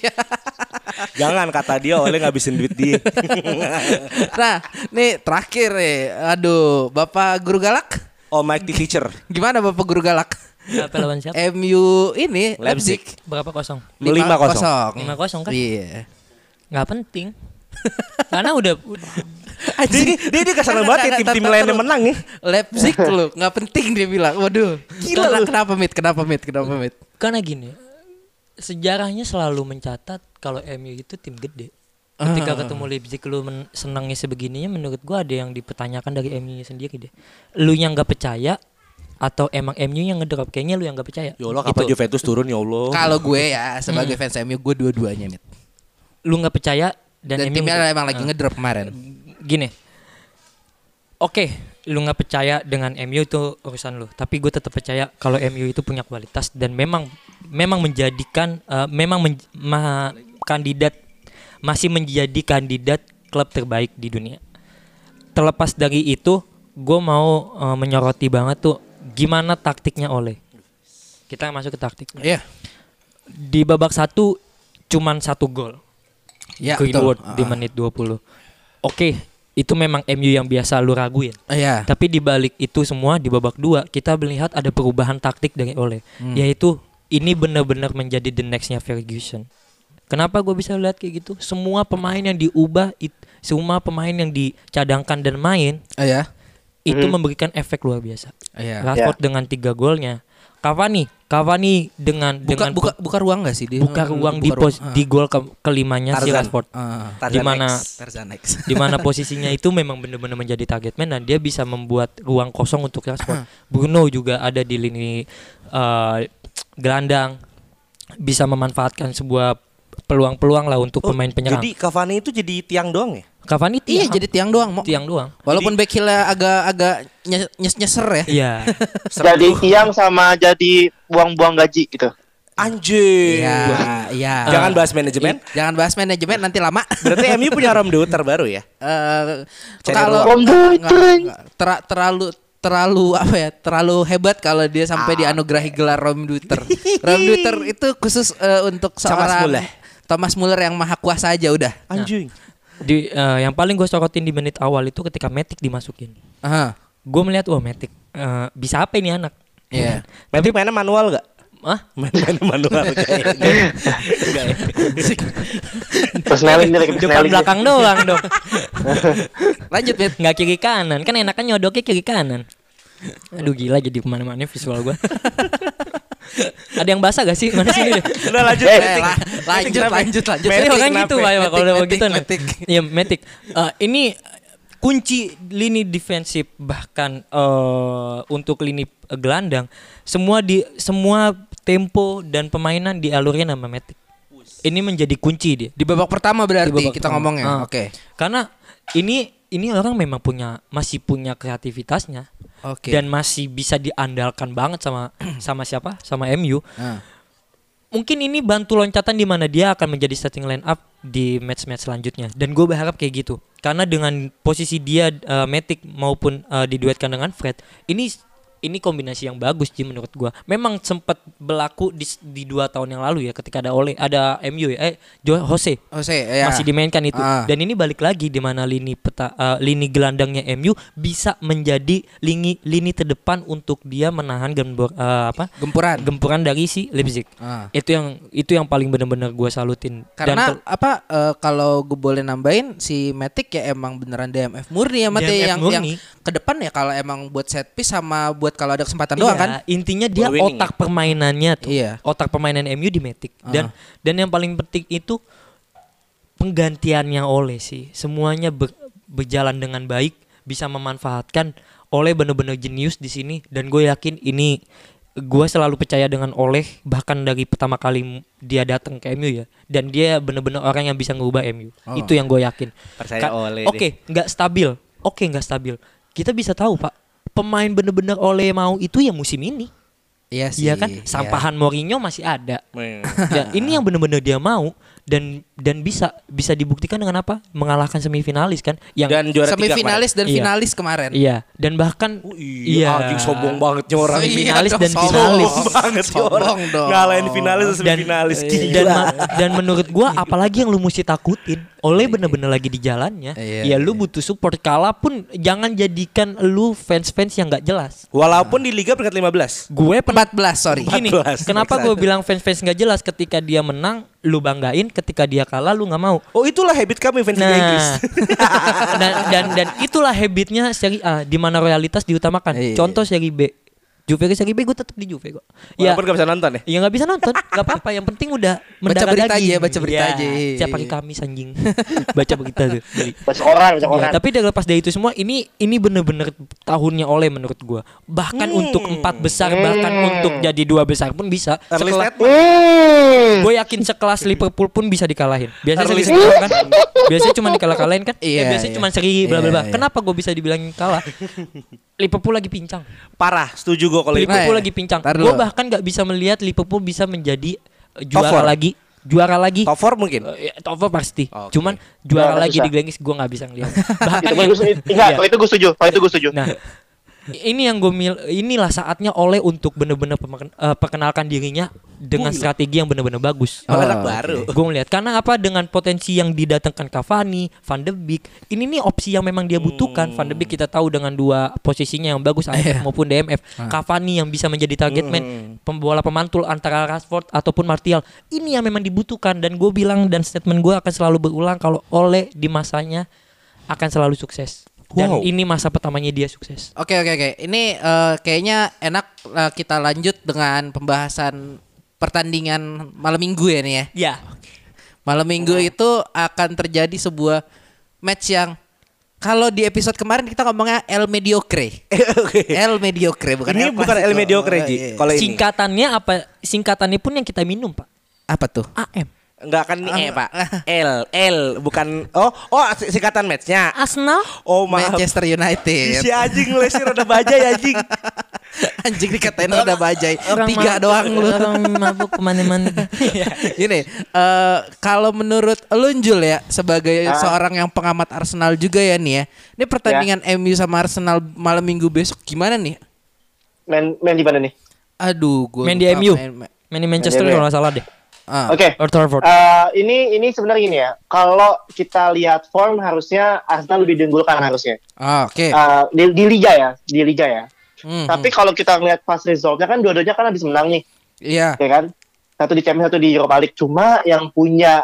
Jangan kata dia oleh ngabisin duit dia. Nah, nih terakhir nih. Aduh, Bapak Guru Galak. Oh, Mike the teacher. Gimana Bapak Guru Galak? Siapa lawan siapa? MU ini Leipzig. Berapa kosong? 5-0. 5-0 kan? Iya. Nggak penting. Karena udah Dia kesana banget ya tim-tim lainnya menang ya. Leipzig lu nggak penting dia bilang. Waduh. Gila lu. Kenapa mit? karena gini. Sejarahnya selalu mencatat kalau MU itu tim gede. Ketika ketemu Leipzig lu senangnya sebegininya, menurut gua ada yang dipertanyakan dari MU sendiri deh. Lu yang nggak percaya atau emang MU yang ngedrop? Kayaknya lu yang nggak percaya. Ya Allah, kapan Itu. Juventus turun ya Allah. Kalau gue ya sebagai fans MU gue dua-duanya mit. Lu nggak percaya dan, Dan MU timnya ngedrop. emang lagi ngedrop kemarin. Gini. Oke, lu nggak percaya dengan MU itu urusan lu. Tapi gue tetap percaya kalau MU itu punya kualitas dan memang menjadikan kandidat masih menjadi kandidat klub terbaik di dunia. Terlepas dari itu, gue mau menyoroti banget tuh gimana taktiknya Ole. Kita masuk ke taktik. Iya. Di babak 1 cuman 1 gol. Ya, Greenwood betul. di menit 20. Oke, itu memang MU yang biasa lu raguin. Iya. Tapi di balik itu semua di babak 2 kita melihat ada perubahan taktik dari Ole, yaitu ini benar-benar menjadi the next-nya Ferguson. Kenapa gue bisa lihat kayak gitu? Semua pemain yang diubah, semua pemain yang dicadangkan dan main Iya. itu memberikan efek luar biasa. Iya. Rashford dengan 3 golnya, Cavani dengan Buka ruang gak sih dia? buka ruang di gol kelimanya si Tarzan. Rashford. Tarzan Di mana X. Tarzan X. di mana posisinya itu memang benar-benar menjadi target man dan dia bisa membuat ruang kosong untuk Rashford. Bruno juga ada di lini gelandang, bisa memanfaatkan sebuah peluang-peluang lah untuk pemain penyerang. Jadi Cavani itu jadi tiang doang ya? Cavani Iya, jadi tiang doang. tiang doang. Walaupun back heel-nya agak nyeser ya. Iya. Jadi tiang sama jadi buang-buang gaji gitu. Anjir. Iya. Jangan bahas manajemen. Jangan bahas manajemen nanti lama. Berarti MU punya Rom Deuter baru ya? Kalau Rom Deuter. terlalu apa ya? Terlalu hebat kalau dia sampai dianugerahi gelar Rom Deuter. Rom Deuter itu khusus untuk seorang Thomas Muller yang maha kuasa aja udah. Anjing. Yang paling gue sorotin di menit awal itu ketika Matic dimasukin. Aha. Gue melihat Matic bisa apa ini anak? Iya. Tapi mainnya manual gak? Hah? Mainnya manual Persnelling dia Depan belakang doang dong. Lanjut, Mit. Nggak kiri kanan. Kan enakan nyodoknya kiri kanan. Aduh gila jadi kemana-mana visual gue. Ada yang basah gak sih? Mana sini deh. Udah lanjut. Lanjut. Saya orang gitu Pak ya, kalau udah Matic, begitu. Matic. Iya Matic. Ini kunci lini defensif bahkan untuk lini gelandang semua tempo dan permainan dialurin sama Matic. Ini menjadi kunci dia. Di babak pertama berarti Di babak kita pertama. ngomongnya. Oke. Karena ini orang memang masih punya kreativitasnya. Oke. Dan masih bisa diandalkan banget sama siapa? Sama MU. Mungkin ini bantu loncatan di mana dia akan menjadi starting line up di match-match selanjutnya. Dan gue berharap kayak gitu. Karena dengan posisi dia Matic maupun diduetkan dengan Fred, ini kombinasi yang bagus sih menurut gue. Memang sempat berlaku di 2 tahun yang lalu ya ketika ada MU ya, Jose ya. masih dimainkan itu. Dan ini balik lagi di mana lini gelandangnya MU bisa menjadi lini terdepan untuk dia menahan gempuran dari si Leipzig. Itu yang paling benar-benar gue salutin. Karena kalau gue boleh nambahin si Matic ya emang beneran DMF murni ya Mate DMF yang murni. ke depan ya kalau emang buat set piece sama buat buat kalau ada kesempatan doang kan. Intinya dia Ball winning otak permainannya tuh. Iya. Otak permainan MU di Matic. Dan yang paling penting itu penggantiannya Ole sih. Semuanya berjalan dengan baik, bisa memanfaatkan. Ole bener-bener jenius di sini dan gue yakin ini, gue selalu percaya dengan Ole bahkan dari pertama kali dia datang ke MU ya, dan dia bener-bener orang yang bisa ngubah MU. Itu yang gue yakin. Percaya Ole Oke, nggak stabil. Kita bisa tahu Pak, pemain bener-bener Ole mau itu ya musim ini. Iya sih. Iya kan? Sampahan Mourinho masih ada. Hmm. Dan ini yang benar-benar dia mau dan bisa dibuktikan dengan apa? Mengalahkan semifinalis kan? Yang Dan juara 3 semifinalis dan Iya. finalis kemarin. iya, dan bahkan Iya, anjing sombong banget nih orang. Semifinalis Iya dan dong, finalis. Sombong banget nih orang. Sombong dong. Ngalahin finalis dan semifinalis. Gila. Dan menurut gua apalagi yang lu mesti takutin, Ole bener-bener lagi di jalannya. Iya, Ya lu butuh support, kalah pun jangan jadikan lu fans-fans yang nggak jelas. Walaupun di liga peringkat 15. Gue 14 sorry. Gini, 14, kenapa next gue ada. bilang fans-fans nggak jelas? Ketika dia menang, lu banggain. Ketika dia kalah, lu nggak mau. Oh, itulah habit kami fans Liga Inggris. dan itulah habitnya Serie A, di mana realitas diutamakan. Iya. Contoh Serie B, Juve ke Serie B, gue tetap di Juve kok. Walaupun gak bisa nonton ya. Ya nggak bisa nonton, nggak apa-apa. Yang penting udah Baca mendarah berita daging. aja, baca berita Ya, aja. Setiap hari Kamis anjing baca berita tuh. Jadi, Baca koran. ya, tapi lepas dari itu semua, ini bener-bener tahunnya Ole menurut gua. Bahkan untuk 4 besar, bahkan untuk jadi 2 besar pun bisa. Early Sekelas- statement. Gue yakin sekelas Liverpool pun bisa dikalahin. Biasanya Early seri kan. Biasanya cuma dikalah-kalahin kan. Iya, Biasanya iya. cuma seri bla bla bla. Iya, iya. Kenapa gue bisa dibilangin kalah? Liverpool lagi pincang. Parah, setuju gue kalau itu. Liverpool Nah, lagi pincang. tar Gue dulu. bahkan nggak bisa melihat Liverpool bisa menjadi Top four. juara lagi. Top 4 mungkin. Top 4 pasti. Oke. Cuman juara Nah, lagi susah. di Inggris gue nggak bisa ngelihat. Bahkan Kalau itu gue setuju. Nah, ini yang inilah saatnya Ole untuk benar-benar perkenalkan dirinya dengan strategi yang benar-benar bagus. Oh, anak oke. baru. Gue ngeliat karena apa, dengan potensi yang didatangkan Cavani, Van de Beek, ini nih opsi yang memang dia butuhkan. Van de Beek kita tahu dengan 2 posisinya yang bagus, AMF maupun DMF. Cavani yang bisa menjadi target man, pembola pemantul antara Rashford ataupun Martial. Ini yang memang dibutuhkan, dan gue bilang, dan statement gue akan selalu berulang, kalau Ole di masanya akan selalu sukses. Dan Wow. ini masa pertamanya dia sukses. Oke. Ini kayaknya enak kita lanjut dengan pembahasan pertandingan malam minggu ya nih ya. Ya. Malam minggu itu akan terjadi sebuah match yang kalau di episode kemarin kita ngomongnya El Mediocre. El Mediocre bukan Ini El bukan Clasico. El Mediocre, Ji. Iya. Kalau ini Singkatannya apa? Singkatannya pun yang kita minum, Pak. Apa tuh? AM. enggak kan ini Pak. L bukan. Oh, singkatan matchnya. Arsenal. Oh, maaf. Manchester United. Si anjing lesir udah bajai anjing. Anjing dikatain udah bajai. Orang 3 doang lu. Orang mabuk kemana-mana. Gini, kalau menurut lu Jul ya, sebagai seorang yang pengamat Arsenal juga ya nih ya. Ini pertandingan MU sama Arsenal malam minggu besok gimana nih? Main di mana nih? Aduh, gue Main di MU. Main di Manchester Main di kalau nggak salah deh. Oke. Old Trafford. Ini sebenarnya gini ya. Kalau kita lihat form harusnya Arsenal lebih diunggulkan harusnya. Oke. Di liga ya. Tapi kalau kita ngeliat fast resultnya kan dua-duanya kan habis menang nih, Iya. ya kan? Satu di Champions, satu di Europa League. Cuma yang punya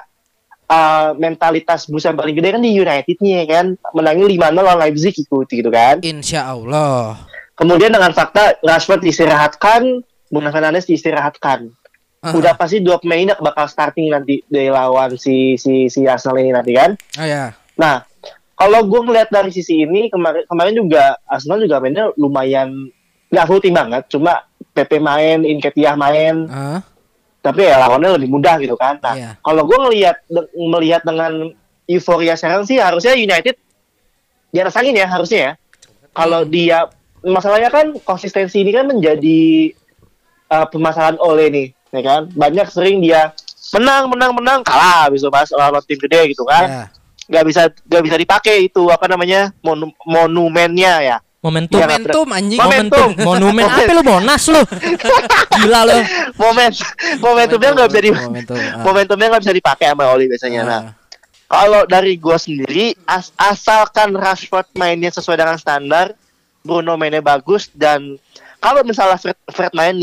mentalitas bus yang paling gede kan di United nih, ya kan? Menangin 5-0 lawan Leipzig gitu kan? Insya Allah. Kemudian dengan fakta Rashford diistirahatkan, Bruno Fernandes diistirahatkan. Udah pasti 2 pemain ini bakal starting nanti dari lawan si Arsenal ini nanti kan? Oh ya. Nah, kalau gue ngeliat dari sisi ini kemarin juga Arsenal juga mainnya lumayan nggak full tim banget, cuma PP main, Nketiah main, tapi ya lawannya lebih mudah gitu kan. Nah, Iya. kalau gue melihat dengan euforia sekarang sih harusnya United di atas angin ya harusnya ya. Kalau dia masalahnya kan konsistensi ini kan menjadi permasalahan Ole nih, ya kan? Banyak sering dia menang kalah habis itu pas lawan tim gede gitu kan. Ya. Nggak bisa dipakai itu apa namanya monumennya ya. Momentum. Iya, Momentum anjing. Momentum. Monumen apa lu, Monas lu? Gila lu. Momentumnya nggak bisa Momentum. momentumnya nggak bisa dipakai sama Oli biasanya. Nah, kalau dari gua sendiri asalkan Rashford mainnya sesuai dengan standar, Bruno mainnya bagus, dan kalau misalnya Fred main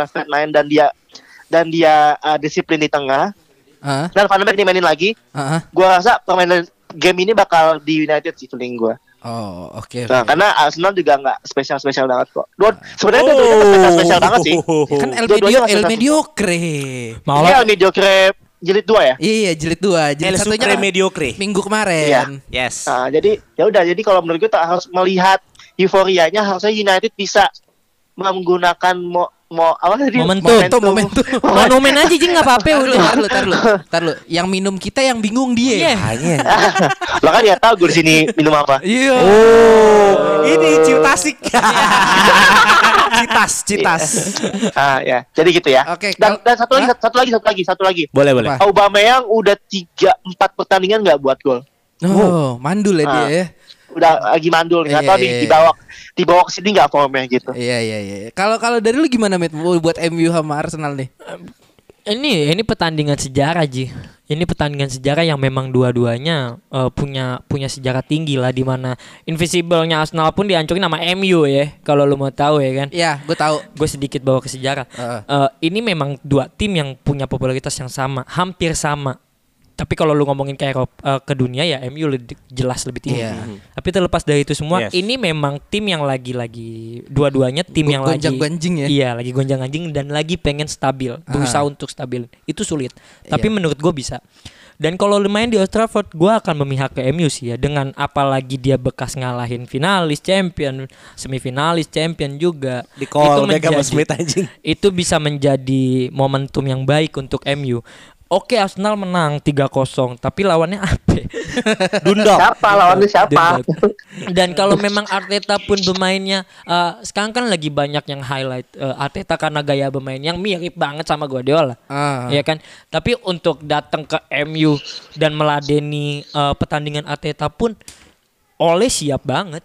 dan dia disiplin di tengah, dan Van de Beek dimainin lagi, gua rasa permainan game ini bakal di United sih feeling gua. Oh, oke. Nah, oke. karena Arsenal juga nggak spesial banget kok. Sebenarnya dua-duanya nggak spesial banget sih. Kan Dua-duanya nggak El spesial. Mediocre. Ini Malah yang mediocre jilid 2 ya. Iya, jilid 2. Jilid El satunya Supreme kan Mediocre. minggu kemarin. Iya. Yes. Nah, jadi ya udah, jadi kalau menurut gue harus melihat euforianya, harusnya United bisa menggunakan apa tadi? Momentum. monumen aja Jing nggak apa-apa udah. Tar lu. Yang minum kita yang bingung dia. Iya. Hanya. Lo kan nggak tahu gue di sini minum apa. Iya. Oh, ini Ciutasik. Citas. Ah ya, jadi gitu ya. Oke, Dan kalau- satu lagi. Boleh. Apa? Aubameyang udah 3-4 pertandingan nggak buat gol. Oh, mandul ya dia Ah. ya. Udah lagi mandul nih, atau Iya. dibawa ke sini nggak formnya gitu. Iya. Kalau dari lu gimana, Mit? Buat MU sama Arsenal nih? Ini pertandingan sejarah Ji. Ini pertandingan sejarah yang memang dua-duanya punya sejarah tinggi lah, di mana invisible-nya Arsenal pun dihancurin sama MU ya. Kalau lu mau tahu ya kan. Iya, gue tahu. Gue sedikit bawa ke sejarah. Ini memang dua tim yang punya popularitas yang sama, hampir sama. Tapi kalau lu ngomongin ke Eropa, ke dunia ya MU jelas lebih tinggi. Iya. Tapi terlepas dari itu semua, Yes. ini memang tim yang lagi dua-duanya tim yang lagi Gonjang-ganjing ya. Iya, lagi gonjang-ganjing dan lagi pengen stabil, berusaha untuk stabil. Itu sulit. Tapi Iya. menurut gue bisa. Dan kalau lumayan di Old Trafford, gue akan memihak ke MU sih ya. Dengan apalagi dia bekas ngalahin finalis champion, semifinalis champion juga. Di call Beckham Smith anjing. Itu bisa menjadi momentum yang baik untuk MU. Oke, Arsenal menang 3-0, tapi lawannya apa? Dundok. Siapa lawannya siapa? Dan kalau memang Arteta pun bermainnya sekarang kan lagi banyak yang highlight Arteta karena gaya bermain yang mirip banget sama Guardiola. Ya kan? Tapi untuk datang ke MU dan meladeni pertandingan Arteta pun Ole siap banget.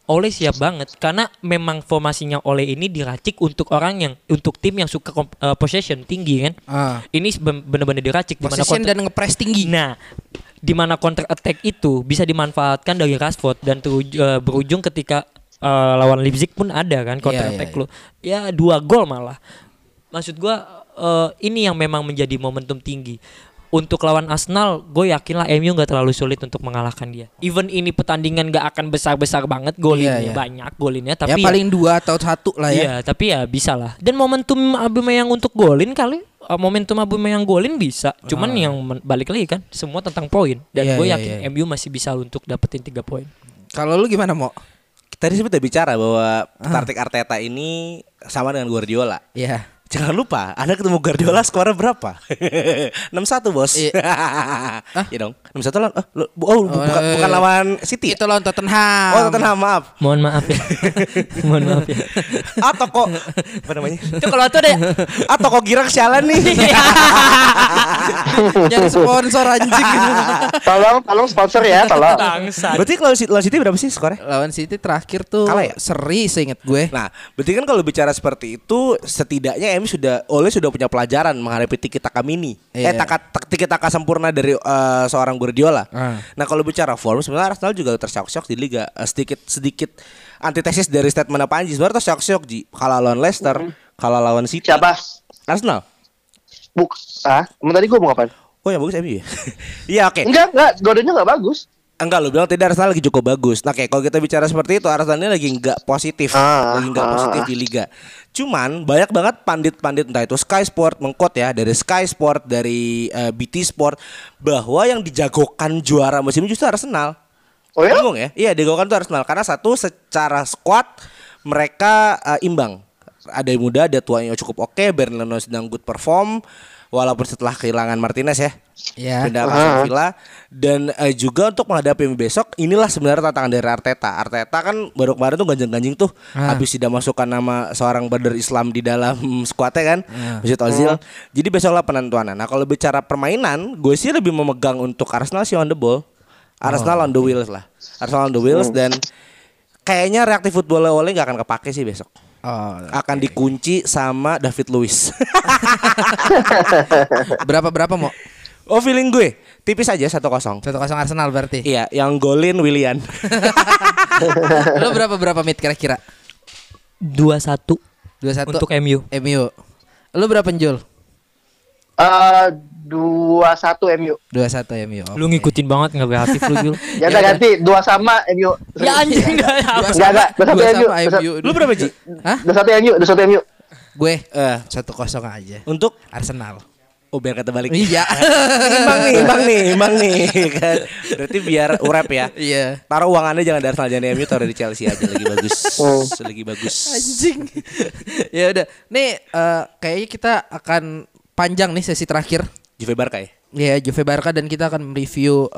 Karena memang formasinya Ole ini diracik untuk tim yang suka possession tinggi kan. Ini benar-benar diracik di mana Possession dan ngepres tinggi. Nah, di mana counter attack itu bisa dimanfaatkan dari Rashford dan berujung ketika lawan Leipzig pun ada kan counter Iya, attack iya. lu. Ya 2 gol malah. Maksud gua ini yang memang menjadi momentum tinggi. Untuk lawan Arsenal, gue yakin lah MU gak terlalu sulit untuk mengalahkan dia. Even ini pertandingan gak akan besar-besar banget golinnya, Iya, iya. banyak golinnya, Ya tapi paling 2 atau 1 lah ya. iya, tapi ya bisa lah. Dan momentum Aubameyang untuk golin kali, momentum Aubameyang golin bisa. Cuman yang balik lagi kan, semua tentang poin. Dan Iya, gue iya, yakin iya. MU masih bisa untuk dapetin 3 poin. Kalau lu gimana, Mo? Tadi sempat bicara bahwa taktik Arteta ini sama dengan Guardiola. Iya. Jangan lupa, Anda ketemu Guardiola skornya berapa? 6-1 bos. Iya. Iya dong. 6-1 lawan. Bukan lawan City. Itu lawan Tottenham. Oh, Tottenham, maaf. Mohon maaf ya. Mohon maaf ya. Atau kok apa namanya? Itu kalau itu deh. Atau kok Girak sialan nih. Nyari sponsor anjing. Tolong sponsor ya, tolong. Bangsat. Berarti kalau lawan City berapa sih skornya? Lawan City terakhir tuh Kalah ya? seri seinget gue. Nah, berarti kan kalau bicara seperti itu, setidaknya Ole sudah punya pelajaran menghadapi tiki taka mini. Iya. Tiki taka sempurna dari seorang Guardiola. Ah. Nah, kalau bicara form, sebenarnya Arsenal juga tersyok-syok di liga. Sedikit antitesis dari statement Panji. Sebenarnya tersyok-syok Ji. Kalau lawan Leicester, kalau lawan City. Siapa? Arsenal. Emang tadi gue mau ngapain? Oh, yang bagus MU ya. Iya, oke. Enggak, Gordonnya enggak bagus. Enggak, lu bilang tidak, Arsenal lagi cukup bagus. Nah, kayak kalau kita bicara seperti itu, Arsenal ini lagi nggak positif, lagi nggak positif di liga. Cuman banyak banget pandit-pandit entah itu Sky Sport mengkot ya, dari Sky Sport, dari BT Sport, bahwa yang dijagokan juara musim ini justru Arsenal. Oh ya? Bingung ya? Iya, dijagokan tuh Arsenal karena satu secara squad mereka imbang. Ada yang muda, ada tua yang cukup oke. Bernardo sedang good perform. Walaupun setelah kehilangan Martinez ya, Iya. pindah ke Aston Villa. Dan juga untuk menghadapi besok, inilah sebenarnya tantangan dari Arteta. Arteta kan baru kemarin tuh ganjeng-ganjing tuh, habis tidak masukkan nama seorang Badr Islam di dalam skuadnya kan, Mesut Ozil. Jadi besoklah penentuan. Nah, kalau bicara permainan, gue sih lebih memegang untuk Arsenal sih on the ball. Arsenal on the wheels lah. Arsenal on the wheels dan kayaknya reaktif football Ole nggak akan kepake sih besok. Akan dikunci sama David Luiz. Berapa Mo? Oh, feeling gue tipis aja 1-0. 1-0 Arsenal berarti. Iya, yang golin Willian. Lo berapa Mit kira-kira? 2-1 2-1 untuk MU. MU. Lo berapa Jul? 2-1 MU. 2-1 MU. Oke. Lu ngikutin banget nggak Hafif lu Jul. Ya udah ganti 2 sama MU. Ya anjing dah. Enggak, 2-1 MU. Lu berapa Ji? Hah? 2-1 MU, 2-1 MU. Gue 1-0 aja. Untuk Arsenal. oh biar kata balik. Iya. Imbang nih kan. Berarti biar urep ya. Iya. Taruh uang Anda jangan di Arsenal, jangan di MU, taruh di Chelsea aja lagi bagus. Lagi bagus. Anjing. Ya udah. Nih kayaknya kita akan panjang nih sesi terakhir. Juve Barca ya. Ya, Juve Barca dan kita akan mereview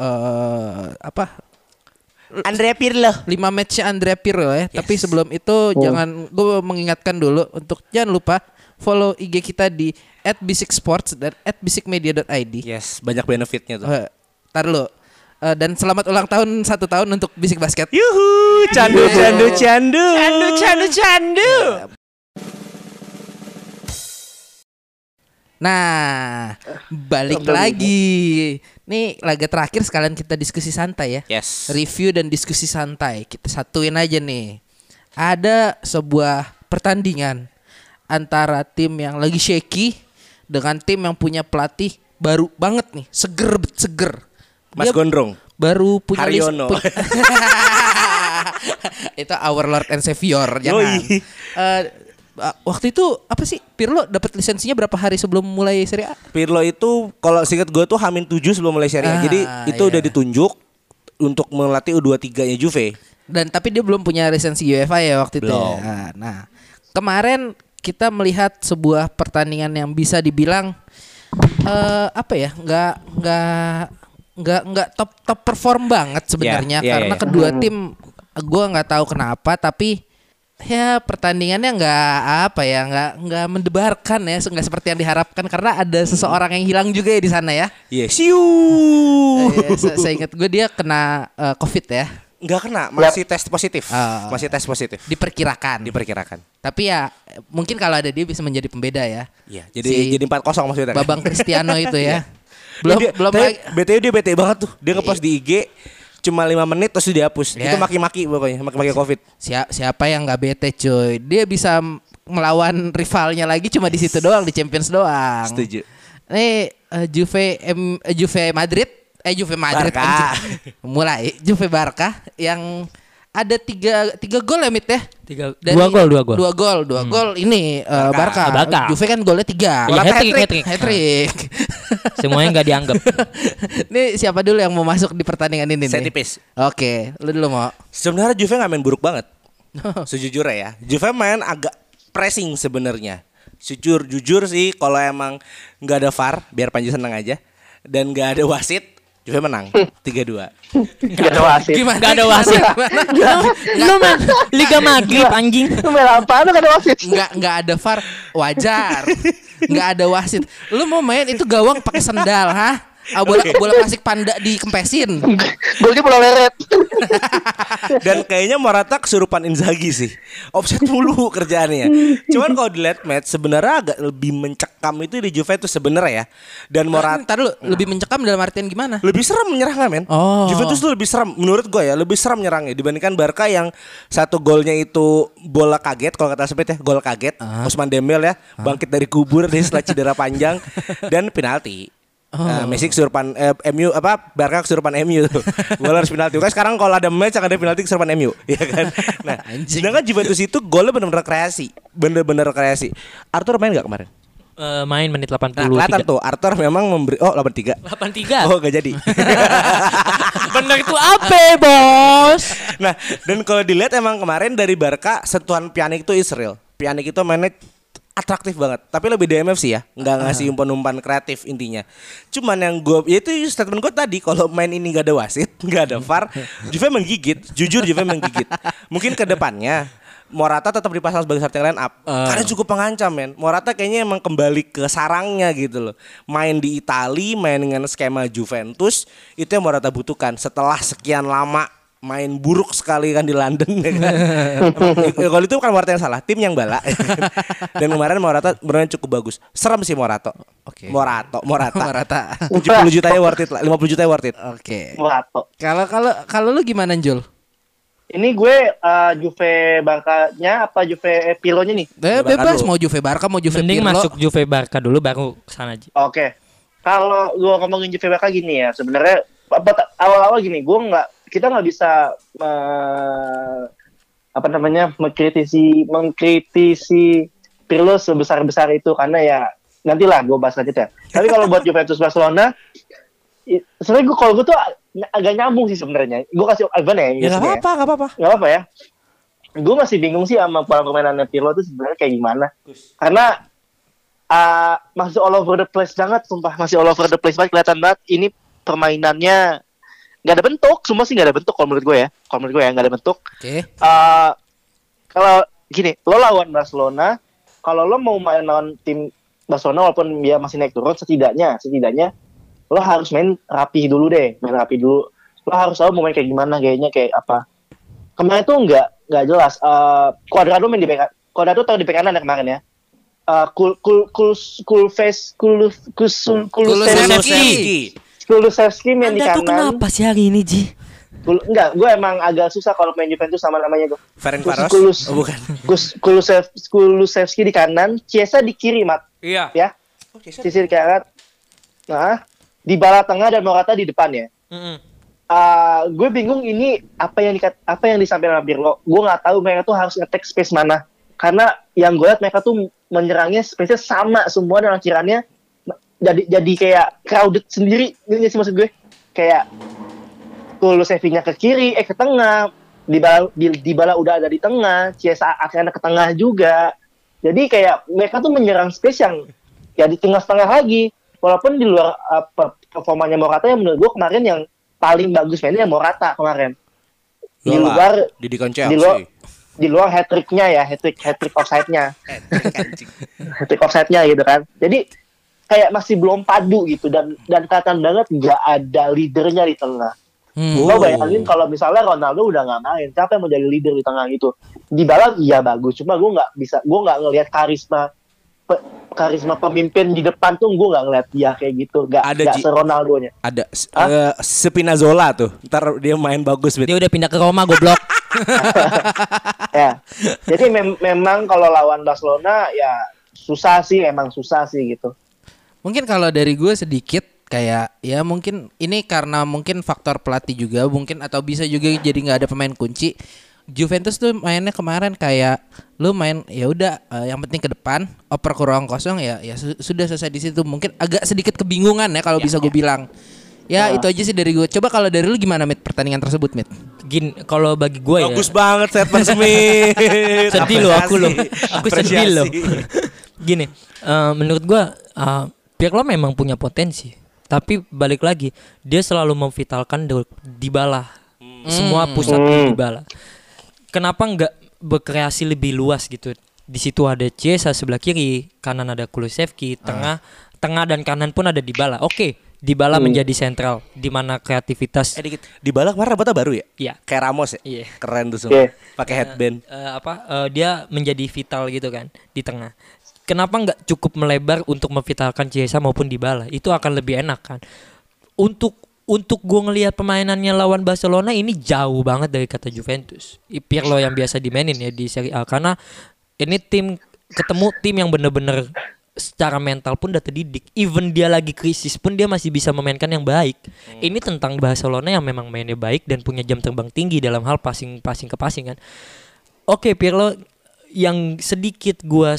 Andrea Pirlo. 5 matchnya Andrea Pirlo ya. Tapi sebelum itu jangan gue mengingatkan dulu untuk jangan lupa follow IG kita di @bisiksports dan @bisikmedia.id. Yes, banyak benefitnya tuh. Tar dulu. Dan selamat ulang tahun 1 tahun untuk Bisik Basket. Yuhu, candu. Nah, balik lagi. Nih laga terakhir sekalian kita diskusi santai ya. Yes. Review dan diskusi santai. Kita satuin aja nih. Ada sebuah pertandingan antara tim yang lagi shaky dengan tim yang punya pelatih baru banget nih, seger. Mas Dia Gondrong. baru punya Haryono. Itu our Lord and Savior, jangan. Yoi. Waktu itu apa sih Pirlo dapat lisensinya berapa hari sebelum mulai Serie A? Pirlo itu kalau seingat gue tuh H-7 sebelum mulai Serie A. Jadi itu iya. udah ditunjuk untuk melatih U23-nya Juve. Dan tapi dia belum punya lisensi UEFA ya waktu itu. Belum. Ya. Nah, kemarin kita melihat sebuah pertandingan yang bisa dibilang apa ya? Nggak top perform banget sebenarnya Yeah, karena yeah. kedua tim gue nggak tahu kenapa tapi ya pertandingannya nggak mendebarkan ya, nggak seperti yang diharapkan karena ada seseorang yang hilang juga ya di sana ya. Yes, Saya ingat gue dia kena COVID ya. Nggak kena, masih tes positif. Oh. Masih tes positif. Diperkirakan. Tapi ya mungkin kalau ada dia bisa menjadi pembeda ya. Iya, jadi 4-0 maksudnya kan. Babang Cristiano itu ya. belum tapi lagi. BTW dia bete banget tuh. Dia ngepost di IG cuma 5 menit terus dihapus. Ya. Itu maki-maki pokoknya, maki-maki Covid. Siapa yang nggak bete cuy? Dia bisa melawan rivalnya lagi cuma di situ doang, di Champions doang. Setuju. Nih Juve Madrid Barca. anjing. Mulai Juve Barca yang ada tiga gol ya Mit ya. Dua gol ini Barca. Juve kan golnya 3. Iya, hat-trick. Hat-trick. Semuanya nggak dianggap. Nih siapa dulu yang mau masuk di pertandingan ini Saya nih? tipis. Oke, lu dulu mau. Sebenarnya Juve nggak main buruk banget. Sejujurnya ya, Juve main agak pressing sebenarnya. Jujur sih, kalau emang nggak ada VAR, biar Panji seneng aja, dan nggak ada wasit, Juve menang 3-2. Gak ada wasit. Gimana? Gak ada wasit. Lu main Liga Maghrib anjing. Lu main apaan lu gak ada wasit? Nggak ada VAR, wajar. Nggak ada wasit. Lu mau main itu gawang pakai sendal, hah? Bola plastik panda dikempesin. Golnya bola leret. Dan kayaknya Morata kesurupan Inzaghi sih. Offset mulu kerjaannya. Cuman kalau dilihat match sebenarnya agak lebih mencekam itu di Juve itu sebenarnya ya. Dan Morata Ntar dulu, lebih mencekam dalam artian gimana? lebih serem menyerangnya men. Oh. Juventus tuh lebih serem menurut gue ya, lebih serem menyerangnya dibandingkan Barca yang satu golnya itu bola kaget kalau kata Sepet ya, gol kaget. Ousmane Dembele ya bangkit dari kubur dari setelah cedera panjang dan penalti. Messi kesurupan MU Barca kesurupan MU tuh. Gol harus penalti. Kan sekarang kalau ada match akan ada penalti kesurupan MU, ya kan. Nah, sedangkan Juventus itu golnya benar-benar kreasi. Benar-benar kreasi. Arthur main enggak kemarin? Main menit 83. Nah, kelihatan tuh Arthur memang memberi 83. 83. Oh, gak jadi. Bener itu apa, Bos? Nah, dan kalau dilihat emang kemarin dari Barca sentuhan Pjanic itu Israel. Pjanic itu mainnya atraktif banget, tapi lebih DMF sih ya, nggak ngasih umpan-umpan kreatif intinya. Cuman yang gue, ya itu statement gue tadi, kalau main ini nggak ada wasit, nggak ada VAR, Juve menggigit, jujur Juve menggigit. Mungkin ke depannya Morata tetap dipasang sebagai starting line up karena cukup pengancam men. Morata kayaknya emang kembali ke sarangnya gitu loh. Main di Itali, main dengan skema Juventus, itu yang Morata butuhkan setelah sekian lama main buruk sekali kan di London ya kan. Kalau itu bukan Morata yang salah, tim yang bala. Dan kemarin Morata bermain cukup bagus. Serem sih Morata. Oke. Morata. 70 jutanya worth it lah, 50 jutanya worth it. Oke. Wato. Kalau lu gimana Jul? Ini gue Juve Barca-nya apa Juve Pirlo-nya nih? Bebas mau Juve Barca mau Juve Mending Pirlo. masuk Juve Barca dulu baru kesana aja. Oke. kalau gue ngomongin Juve bakal gini ya, sebenarnya awal-awal gini, kita nggak bisa mengkritisi Pirlo sebesar-besar itu karena ya nantilah gue bahas lanjut ya. Tapi kalau buat Juventus Barcelona, sebenarnya kalau gue tuh agak nyambung sih sebenarnya. Gue kasih gimana ya? Ya nggak apa-apa ya. Gue masih bingung sih sama pola permainannya Pirlo tuh sebenarnya kayak gimana. Karena masih all over the place banget, sumpah masih all over the place banget, kelihatan banget ini permainannya nggak ada bentuk, semua sih nggak ada bentuk kalau menurut gue ya nggak ada bentuk. Oke. Kalau gini, lo lawan Barcelona, kalau lo mau main lawan tim Barcelona walaupun dia masih naik turun, setidaknya lo harus main rapi dulu. Lo harus tahu mau main kayak gimana, kayaknya kayak apa. Kemarin tuh nggak jelas. Cuadrado main di bek, Cuadrado taruh di bek kanan ya kemarin ya. Kulusevski main di Anda tuh kanan. kenapa sih hari ini, Ji? Enggak, gue emang agak susah kalau main Juventus sama namanya gue. Ferencvaros? Oh, bukan. Kulusevski di kanan, Chiesa di kiri, Mat. Iya. Ya. Sisi kanan. Nah, Dybala tengah dan Morata di depan ya. Gue bingung ini apa yang disampaikan sama Pirlo. Gue nggak tahu mereka tuh harus nge-take space mana. Karena yang gue lihat mereka tuh menyerangnya space-nya sama semua dan akhirannya jadi kayak crowded sendiri. Ini sih maksud gue. Kayak Kulusevskinya ke kiri, ke tengah. Dybala udah ada di tengah, Chiesa akhirnya ke tengah juga. Jadi kayak mereka tuh menyerang space yang ya di tengah-tengah lagi. Walaupun di luar performanya Morata yang menurut gue kemarin yang paling bagus mainnya Morata kemarin. Di luar hat-tricknya ya, hat-trick offside-nya. Hat-trick offside-nya gitu kan. Jadi kayak masih belum padu gitu dan kelihatan banget nggak ada leadernya di tengah. Lo bayangin kalau misalnya Ronaldo udah nggak main, siapa yang mau jadi leader di tengah gitu? Dybala iya bagus, cuma gue nggak ngelihat karisma pemimpin di depan tuh, gue nggak ngeliat dia kayak gitu, nggak se-Ronaldo-nya. Ada Spinazzola tuh, ntar dia main bagus. Dia udah pindah ke Roma, goblok. Ya, jadi memang kalau lawan Barcelona ya susah sih gitu. Mungkin kalau dari gue sedikit kayak ya mungkin ini karena mungkin faktor pelatih juga mungkin, atau bisa juga jadi nggak ada pemain kunci. Juventus tuh mainnya kemarin kayak lu main ya udah yang penting ke depan, oper ke ruang kosong ya sudah selesai di situ. Mungkin agak sedikit kebingungan ya kalau bisa gue bilang. Ya itu aja sih dari gue. Coba kalau dari lu gimana, Mit, pertandingan tersebut, Mit? Gini, kalau bagi gue ya bagus banget Setman Smith. sedih loh aku sedih loh. Gini, menurut gue Pirlo memang punya potensi, tapi balik lagi dia selalu memvitalkan Dybala. Semua pusat di Dybala. Kenapa nggak berkreasi lebih luas gitu? Di situ ada Chiesa sebelah kiri, kanan ada Kulusevski, tengah dan kanan pun ada Dybala. Oke, Dybala menjadi sentral di mana kreativitas. Dybala kemarin rambutnya baru ya? Iya. Kayak Ramos ya? Iya. Keren tuh semua. Pakai headband. Dia menjadi vital gitu kan di tengah. Kenapa nggak cukup melebar untuk memvitalkan Chiesa maupun Dybala? Itu akan lebih enak kan. Untuk gue ngelihat permainannya lawan Barcelona ini jauh banget dari kata Juventus. Pirlo yang biasa dimainin ya di Serie A, karena ini ketemu tim yang bener-bener secara mental pun udah terdidik. Even dia lagi krisis pun dia masih bisa memainkan yang baik. Ini tentang Barcelona yang memang mainnya baik dan punya jam terbang tinggi dalam hal passing ke passing kan. Oke, Pirlo yang sedikit gue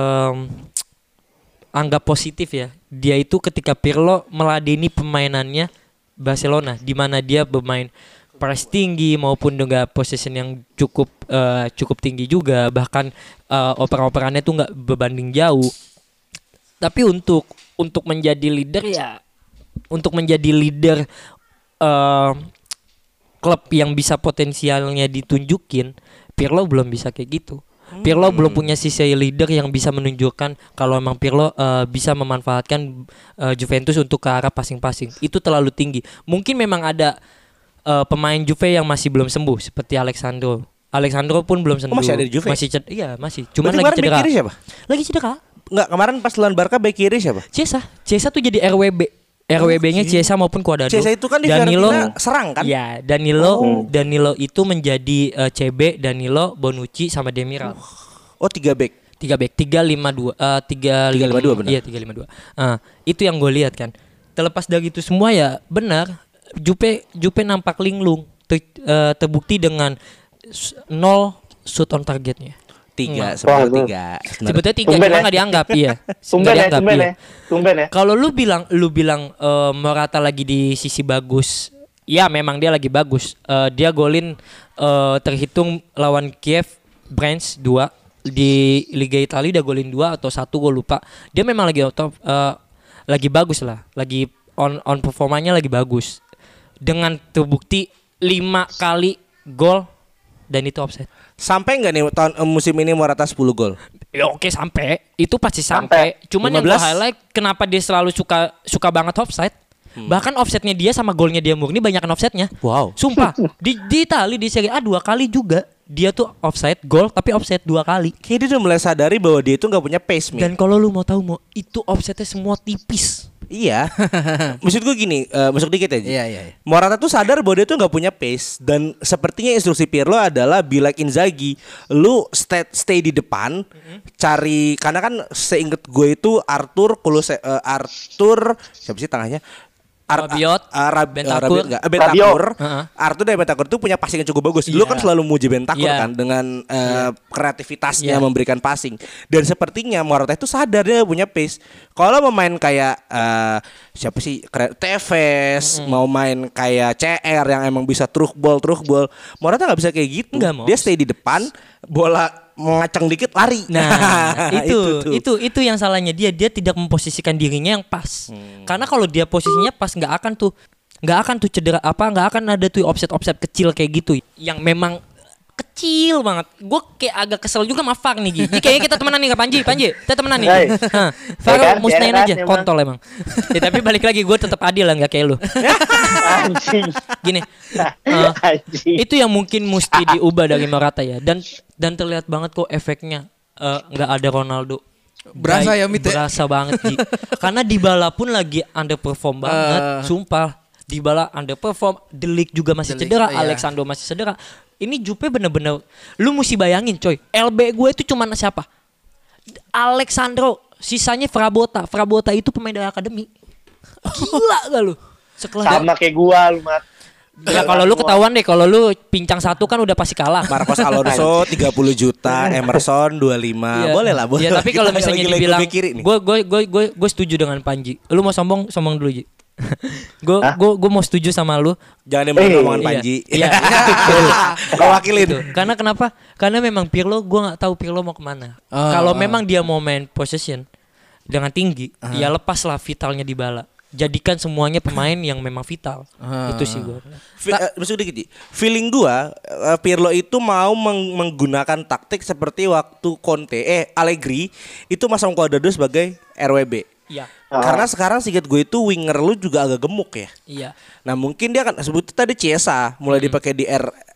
anggap positif ya. Dia itu ketika Pirlo meladeni permainannya Barcelona, di mana dia bermain press tinggi maupun dengan possession yang cukup tinggi juga, bahkan oper-operannya tuh nggak berbanding jauh. Tapi untuk menjadi leader ya, untuk menjadi leader klub yang bisa potensialnya ditunjukin, Pirlo belum bisa kayak gitu. Pirlo belum punya sisi leader yang bisa menunjukkan kalau emang Pirlo bisa memanfaatkan Juventus untuk ke arah passing-passing. Itu terlalu tinggi. Mungkin memang ada pemain Juve yang masih belum sembuh seperti Alexandro pun belum sembuh. Masih ada di Juve? Iya, masih. Cuman berarti lagi cedera. Bek kiri siapa? Lagi cedera. Enggak, kemarin pas lawan Barca bek kiri siapa? Chiesa tuh jadi RWB-nya Chiesa maupun Cuadrado. Chiesa itu kan di Danilo serang kan? Iya, Danilo itu menjadi CB, Danilo, Bonucci sama Demiral. Oh, 3 bek. 3 bek, 352 benar. Iya, 352. Itu yang gue lihat kan. terlepas dari itu semua ya benar. Jupe nampak linglung, terbukti dengan 0 shoot on targetnya. 3 sebenarnya 3. Sebetulnya 3 Tumben cuma ya. nggak dianggap, iya. Tumben ya. Kalau lu bilang Morata lagi di sisi bagus, ya memang dia lagi bagus. Dia golin terhitung lawan Kiev, Brest 2 di Liga Italia, dia golin 2 atau 1 gue lupa. Dia memang lagi lagi bagus lah, lagi on performanya lagi bagus. Dengan terbukti 5 kali gol dan itu offset. Sampai enggak nih musim ini Morata 10 gol? Ya oke sampai, itu pasti sampai. Cuman 15? yang gue highlight kenapa dia selalu suka banget offside. Bahkan offsetnya dia sama golnya dia murni banyakan offsetnya. Wow. Sumpah di Italia di Serie A 2 kali juga dia tuh offside gol tapi offset 2 kali. Kayak dia udah mulai sadari bahwa dia itu nggak punya pace, Mi. Dan kalau lu mau tahu itu offsetnya semua tipis. Iya. Maksud gue gini, masuk dikit aja. Iya. Morata tuh sadar bahwa dia tuh nggak punya pace dan sepertinya instruksi Pirlo adalah be like Inzaghi, lu stay di depan, cari karena kan seinget gue itu Arthur siapa sih tengahnya? Rabiot, Bentancur. Bentancur. Heeh. Arthur dan Bentancur tuh punya passing yang cukup bagus. Dulu Iya. kan selalu muji Bentancur Iya. kan dengan kreativitasnya Iya. memberikan passing. Dan sepertinya Morata itu sadar dia punya pace. Kalau mau main kayak siapa sih Tevez, mau main kayak CR yang emang bisa truk ball, Morata nggak bisa kayak gitu. Nggak mau. Dia stay di depan, bola mengacang dikit lari. Nah, tuh. itu yang salahnya dia tidak memposisikan dirinya yang pas. Karena kalau dia posisinya pas nggak akan tuh cedera nggak akan ada tuh offset kecil kayak gitu yang memang kecil banget. Gue kayak agak kesel juga sama Far nih Gi. Ini kayaknya kita temenan nih Panji, kita temenan nih. Hai. Far Ya kan, musnahin ya kan, aja, emang. kontol emang. Ya, tapi balik lagi gue tetap adil lah nggak kayak lu. Anjing. Gini, Anjing. itu yang mungkin mesti diubah dari Morata ya. Dan terlihat banget kok efeknya nggak ada Ronaldo. Berasa ya, Mit, ya? Berasa banget Gi. Karena Dybala pun lagi underperform banget, sumpah. Dybala underperform, De Ligt juga masih De Ligt, cedera, iya. Alexandro masih cedera. Ini Jupe bener-bener, lu mesti bayangin coy, LB gue itu cuman siapa? Alexandro, sisanya Frabotta itu pemain dari akademi. Gila gak lu? Sekelas Sama kayak gua lu, Mat. ya kalau lu ketahuan deh, kalau lu pincang 1 kan udah pasti kalah. Marcos Alonso 30 juta, Emerson 25. Iya. Boleh lah, boleh. Ya, tapi Kita kalau misalnya lagi-lagi dibilang bek kiri nih. gue setuju dengan Panji. Lu mau sombong dulu Ji. Gue mau setuju sama lu. Jangan dimarahin omongan Iya. Panji. Iya. Kau wakilin. Gitu. Karena kenapa? Karena memang Pirlo gue nggak tahu Pirlo mau kemana. Kalau memang dia mau main possession dengan tinggi, ya lepaslah vitalnya Dybala. Jadikan semuanya pemain yang memang vital. Itu sih gue. Maksud dikit, Ji. Feeling gua Pirlo itu mau menggunakan taktik seperti waktu Allegri itu masang Cuadrado sebagai RWB. Iya. Karena sekarang singkat gue itu winger lu juga agak gemuk ya. Iya. Nah mungkin dia akan sebut tadi Chiesa mulai dipakai di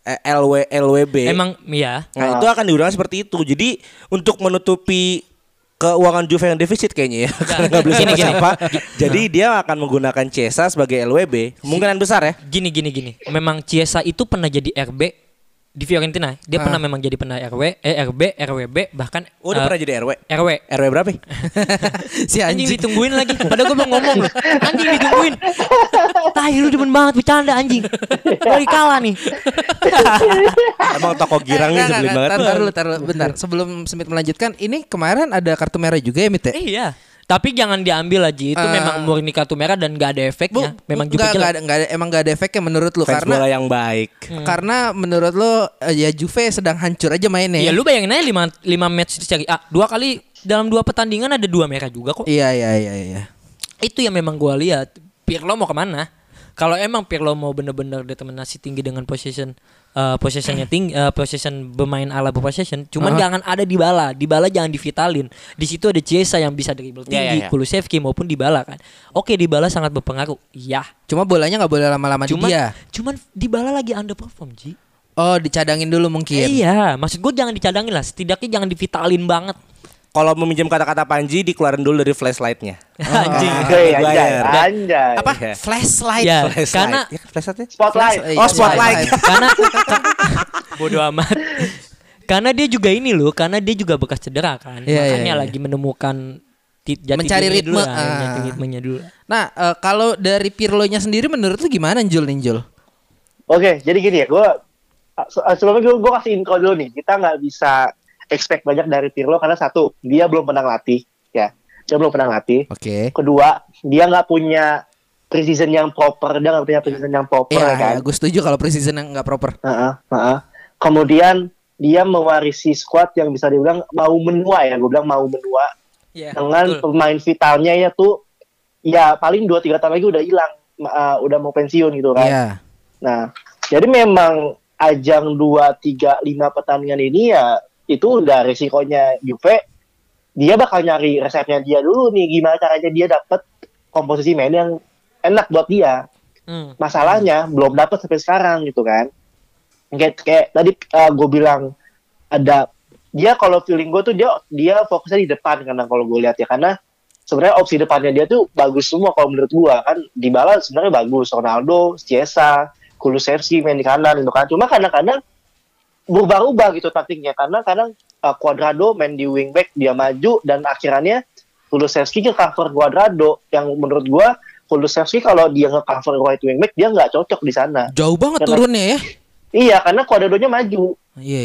LWB. Emang iya. Nah itu akan digunakan seperti itu. Jadi untuk menutupi keuangan Juve yang defisit kayaknya ya. Karena nggak beli Gini. siapa-siapa. Jadi dia akan menggunakan Chiesa sebagai LWB. Kemungkinan besar ya. Gini. Memang Chiesa itu pernah jadi RB di Fiorentina. Dia pernah memang jadi RB, RWB bahkan Udah pernah jadi RW. RW RW berapa? Si Anjing anjing. ditungguin lagi. Padahal gue belum ngomong loh. Anjing ditungguin. Tai lu demen banget bercanda anjing. Lagi kalah nih. Emang toko girang nih sebelin banget. Tar lu, bentar. Sebelum Smith melanjutkan, ini kemarin ada kartu merah juga ya, Mit ya? Iya. Tapi jangan diambil aja. Itu memang murni kartu merah dan gak ada efeknya. Memang Juve jelek. emang gak ada efeknya menurut lu Fans bola yang baik. karena menurut lu ya Juve sedang hancur aja mainnya. Ya lu bayangin aja 5 match di Serie A. 2 kali dalam 2 pertandingan ada 2 merah juga kok. Iya. Itu yang memang gua lihat. Pirlo mau kemana? Kalau emang Pirlo mau bener-bener determinasi tinggi dengan possessionnya tinggi, possession bermain ala possession, cuman jangan ada Dybala jangan divitalin. Di situ ada Chiesa yang bisa dribble tinggi, Kulusevski maupun Dybala kan. Oke, Dybala sangat berpengaruh. Iya. Cuma bolanya nggak boleh lama-lama di dia. Cuman Dybala lagi underperform, Ji. Oh, dicadangin dulu mungkin. Iya, maksud gue jangan dicadangin lah. Setidaknya jangan divitalin banget. Kalau meminjam kata-kata Panji dikeluarin dulu dari flashlightnya. Anjing. Anjay, Bayar. anjay. Apa? Iya. Flashlight. Ya, Flashlight. karena Ya, flashlightnya? Spotlight. Oh, spotlight. karena bodoh amat. Karena dia juga ini loh, karena dia juga bekas cedera kan. Iya, Makanya iya. lagi menemukan Mencari ritme. Jati ritmenya dulu. Nah, kalau dari Pirlo-nya sendiri menurut lu gimana Jul? Oke, jadi gini ya, sebelumnya gue kasih intro dulu nih. Kita nggak bisa expect banyak dari Pirlo karena satu, dia belum pernah latih, ya. Dia belum pernah latih. Oke. Kedua, dia nggak punya preseason yang proper. Dia nggak punya preseason yang proper, Iya, kan? gue setuju kalau preseason yang nggak proper. Kemudian dia mewarisi squad yang bisa dibilang mau menua ya. Gue bilang mau menua. Iya. Dengan Betul. pemain vitalnya ya tuh, ya paling 2-3 tahun lagi udah hilang. Udah mau pensiun gitu kan. Iya. Nah, jadi memang ajang 2, 3, 5 pertandingan ini ya itu udah resikonya Juve. Dia bakal nyari resepnya dia dulu nih, gimana caranya dia dapet komposisi main yang enak buat dia. Masalahnya belum dapet sampai sekarang gitu kan. Kayak tadi gue bilang ada dia, kalau feeling gue tuh dia fokusnya di depan karena kalau gue lihat ya, karena sebenarnya opsi depannya dia tuh bagus semua kalau menurut gue kan. Dybala sebenarnya bagus, Ronaldo, Chiesa, Kulusevski main di kanan gitu kan. Cuma kadang-kadang berubah-ubah gitu taktiknya, karena kadang Cuadrado main di wingback dia maju dan akhirnya Kulusevski ke cover Cuadrado, yang menurut gue Kulusevski kalau dia nge-cover right wingback dia nggak cocok di sana. Jauh banget Karena- turunnya ya. Iya, karena Cuadrado-nya maju. Iya.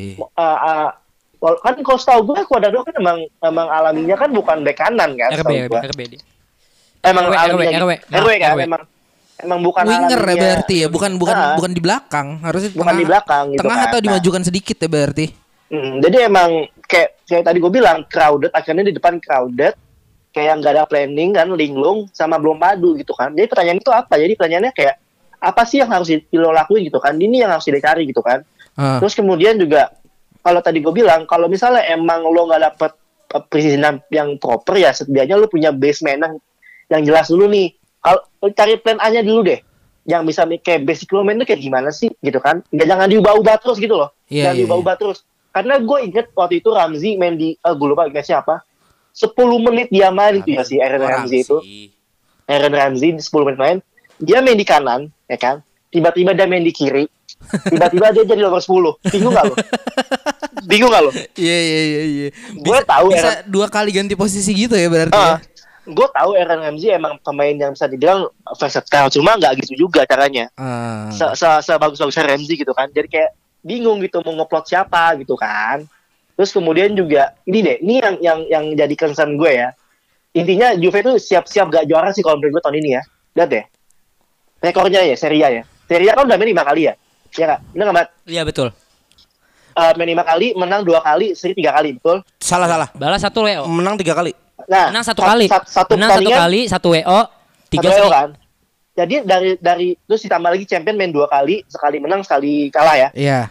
Kan kalau setahu gue Cuadrado kan emang alaminya kan bukan bek kanan kan, setahu gue. RB dia. Emang RW, alaminya RW. RW kan, RW. emang bukan Winger ya alaminya. berarti ya, bukan Ah. bukan di belakang. Harusnya Bukan di belakang gitu tengah kan. atau Nah. dimajukan sedikit ya berarti. Jadi emang kayak tadi gue bilang crowded, akhirnya di depan crowded, kayak nggak ada planning kan, linglung sama belum padu gitu kan. Jadi pertanyaan itu apa? Jadi pertanyaannya kayak apa sih yang harus lo lakuin gitu kan? Ini yang harus dicari gitu kan. Terus kemudian juga kalau tadi gue bilang kalau misalnya emang lo nggak dapet precision yang proper ya, setidaknya lo punya base man yang jelas dulu nih. Kalau cari plan A-nya dulu deh, yang bisa kayak basic lo main tuh kayak gimana sih gitu kan? Jangan diubah-ubah terus gitu loh. Iya, Jangan iya, diubah-ubah terus. Karena gue inget waktu itu Ramsey main di gue lupa guysnya apa. 10 menit dia main itu ya si Aaron Ramsey itu. Aaron Ramsey 10 menit main, dia main di kanan, ya kan? Tiba-tiba dia main di kiri. Tiba-tiba dia jadi nomor 10. Bingung gak lo? Bingung gak lo? Iya. Gue tahu bisa 2 kali ganti posisi gitu ya berarti ya. Gue tahu Aaron Ramsey emang pemain yang bisa dibilang versatile, cuma nggak gitu juga caranya. Sebagus-bagusnya Ramsey gitu kan. Jadi kayak bingung gitu mau ngeplot siapa gitu kan. Terus kemudian juga ini yang jadi concern gue ya. Intinya Juve tuh siap-siap gak juara sih kalau menurut gue tahun ini ya. Lihat deh. Rekornya ya Serie A ya. Serie A kan udah main 5 kali ya. Iya nggak? Bener nggak, Mat? Iya betul. Main 5 kali, menang 2 kali, seri 3 kali, betul? Salah. Balas 1 WO. Menang 3 kali. Nah, Menang 1 kali. Satu Menang 1 pertandingan, kali, 1 WO, 3 satu seri. kan. Jadi dari terus ditambah lagi champion main 2 kali, sekali menang, sekali kalah ya. Iya.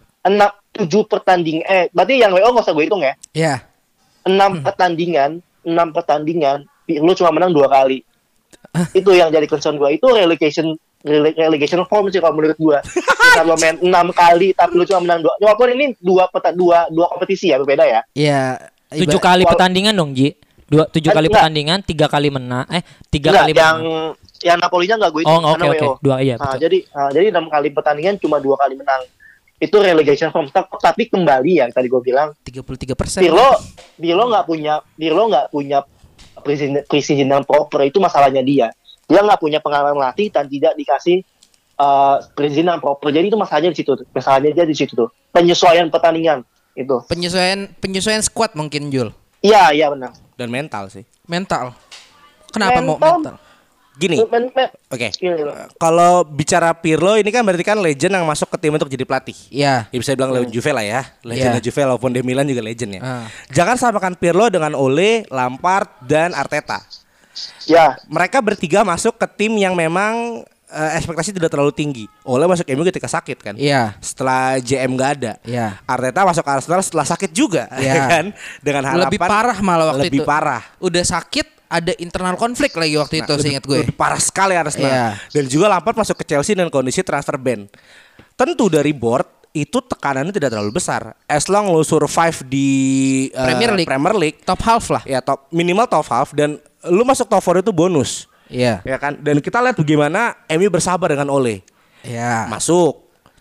7 pertandingan, berarti yang WO nggak usah gue hitung ya. Iya. 6 pertandingan, lu cuma menang 2 kali. Itu yang jadi concern gue. Itu relegation form sih kalau menurut gue. Kalau main 6 kali tapi lu cuma menang 2. Walaupun ini 2 kompetisi ya, berbeda ya. Iya. 7 kali Wal- pertandingan dong, Ji. 7 kali Enggak. pertandingan, 3 kali menang. 3 Enggak, kali yang Napolinya nggak gue hitung. Oh, karena oke. WO. 2 iya Nah, betul. jadi 6 kali pertandingan cuma 2 kali menang. Itu relegation form. Tapi kembali yang tadi gue bilang, 33%. Pirlo nggak punya precision yang proper. Itu masalahnya dia. Dia nggak punya pengalaman latih dan tidak dikasih precision yang proper. Jadi itu masalahnya di situ. Masalahnya dia di situ tuh. Penyesuaian pertandingan itu. Penyesuaian squad mungkin Jul. Iya benar. Dan mental sih. Mental. Kenapa mau Mental. mental? Gini. Oke. Gini. Kalau bicara Pirlo ini kan berarti kan legend yang masuk ke tim untuk jadi pelatih. Iya. Ya bisa bilang legend Juve lah ya. Legendnya Iya. Juve walaupun di Milan juga legend ya. Ah. Jangan samakan Pirlo dengan Ole, Lampard dan Arteta. Ya, Mereka bertiga masuk ke tim yang memang ekspektasi tidak terlalu tinggi. Ole masuk MU ketika sakit kan. Iya. Setelah JM gak ada. Iya. Arteta masuk Arsenal setelah sakit juga, Iya. ya kan? Dengan harapan Lebih parah malah waktu lebih itu. parah. Udah sakit, ada internal konflik lagi waktu itu seingat gue. Lebih parah sekali Arsenal. Iya. Dan juga Lampard masuk ke Chelsea dengan kondisi transfer ban. Tentu dari board itu tekanannya tidak terlalu besar. As long lo survive di Premier League, Top half lah. ya minimal top half dan lu masuk top 4 itu bonus. Iya. Ya kan? Dan kita lihat bagaimana MU bersabar dengan Ole. Iya. Masuk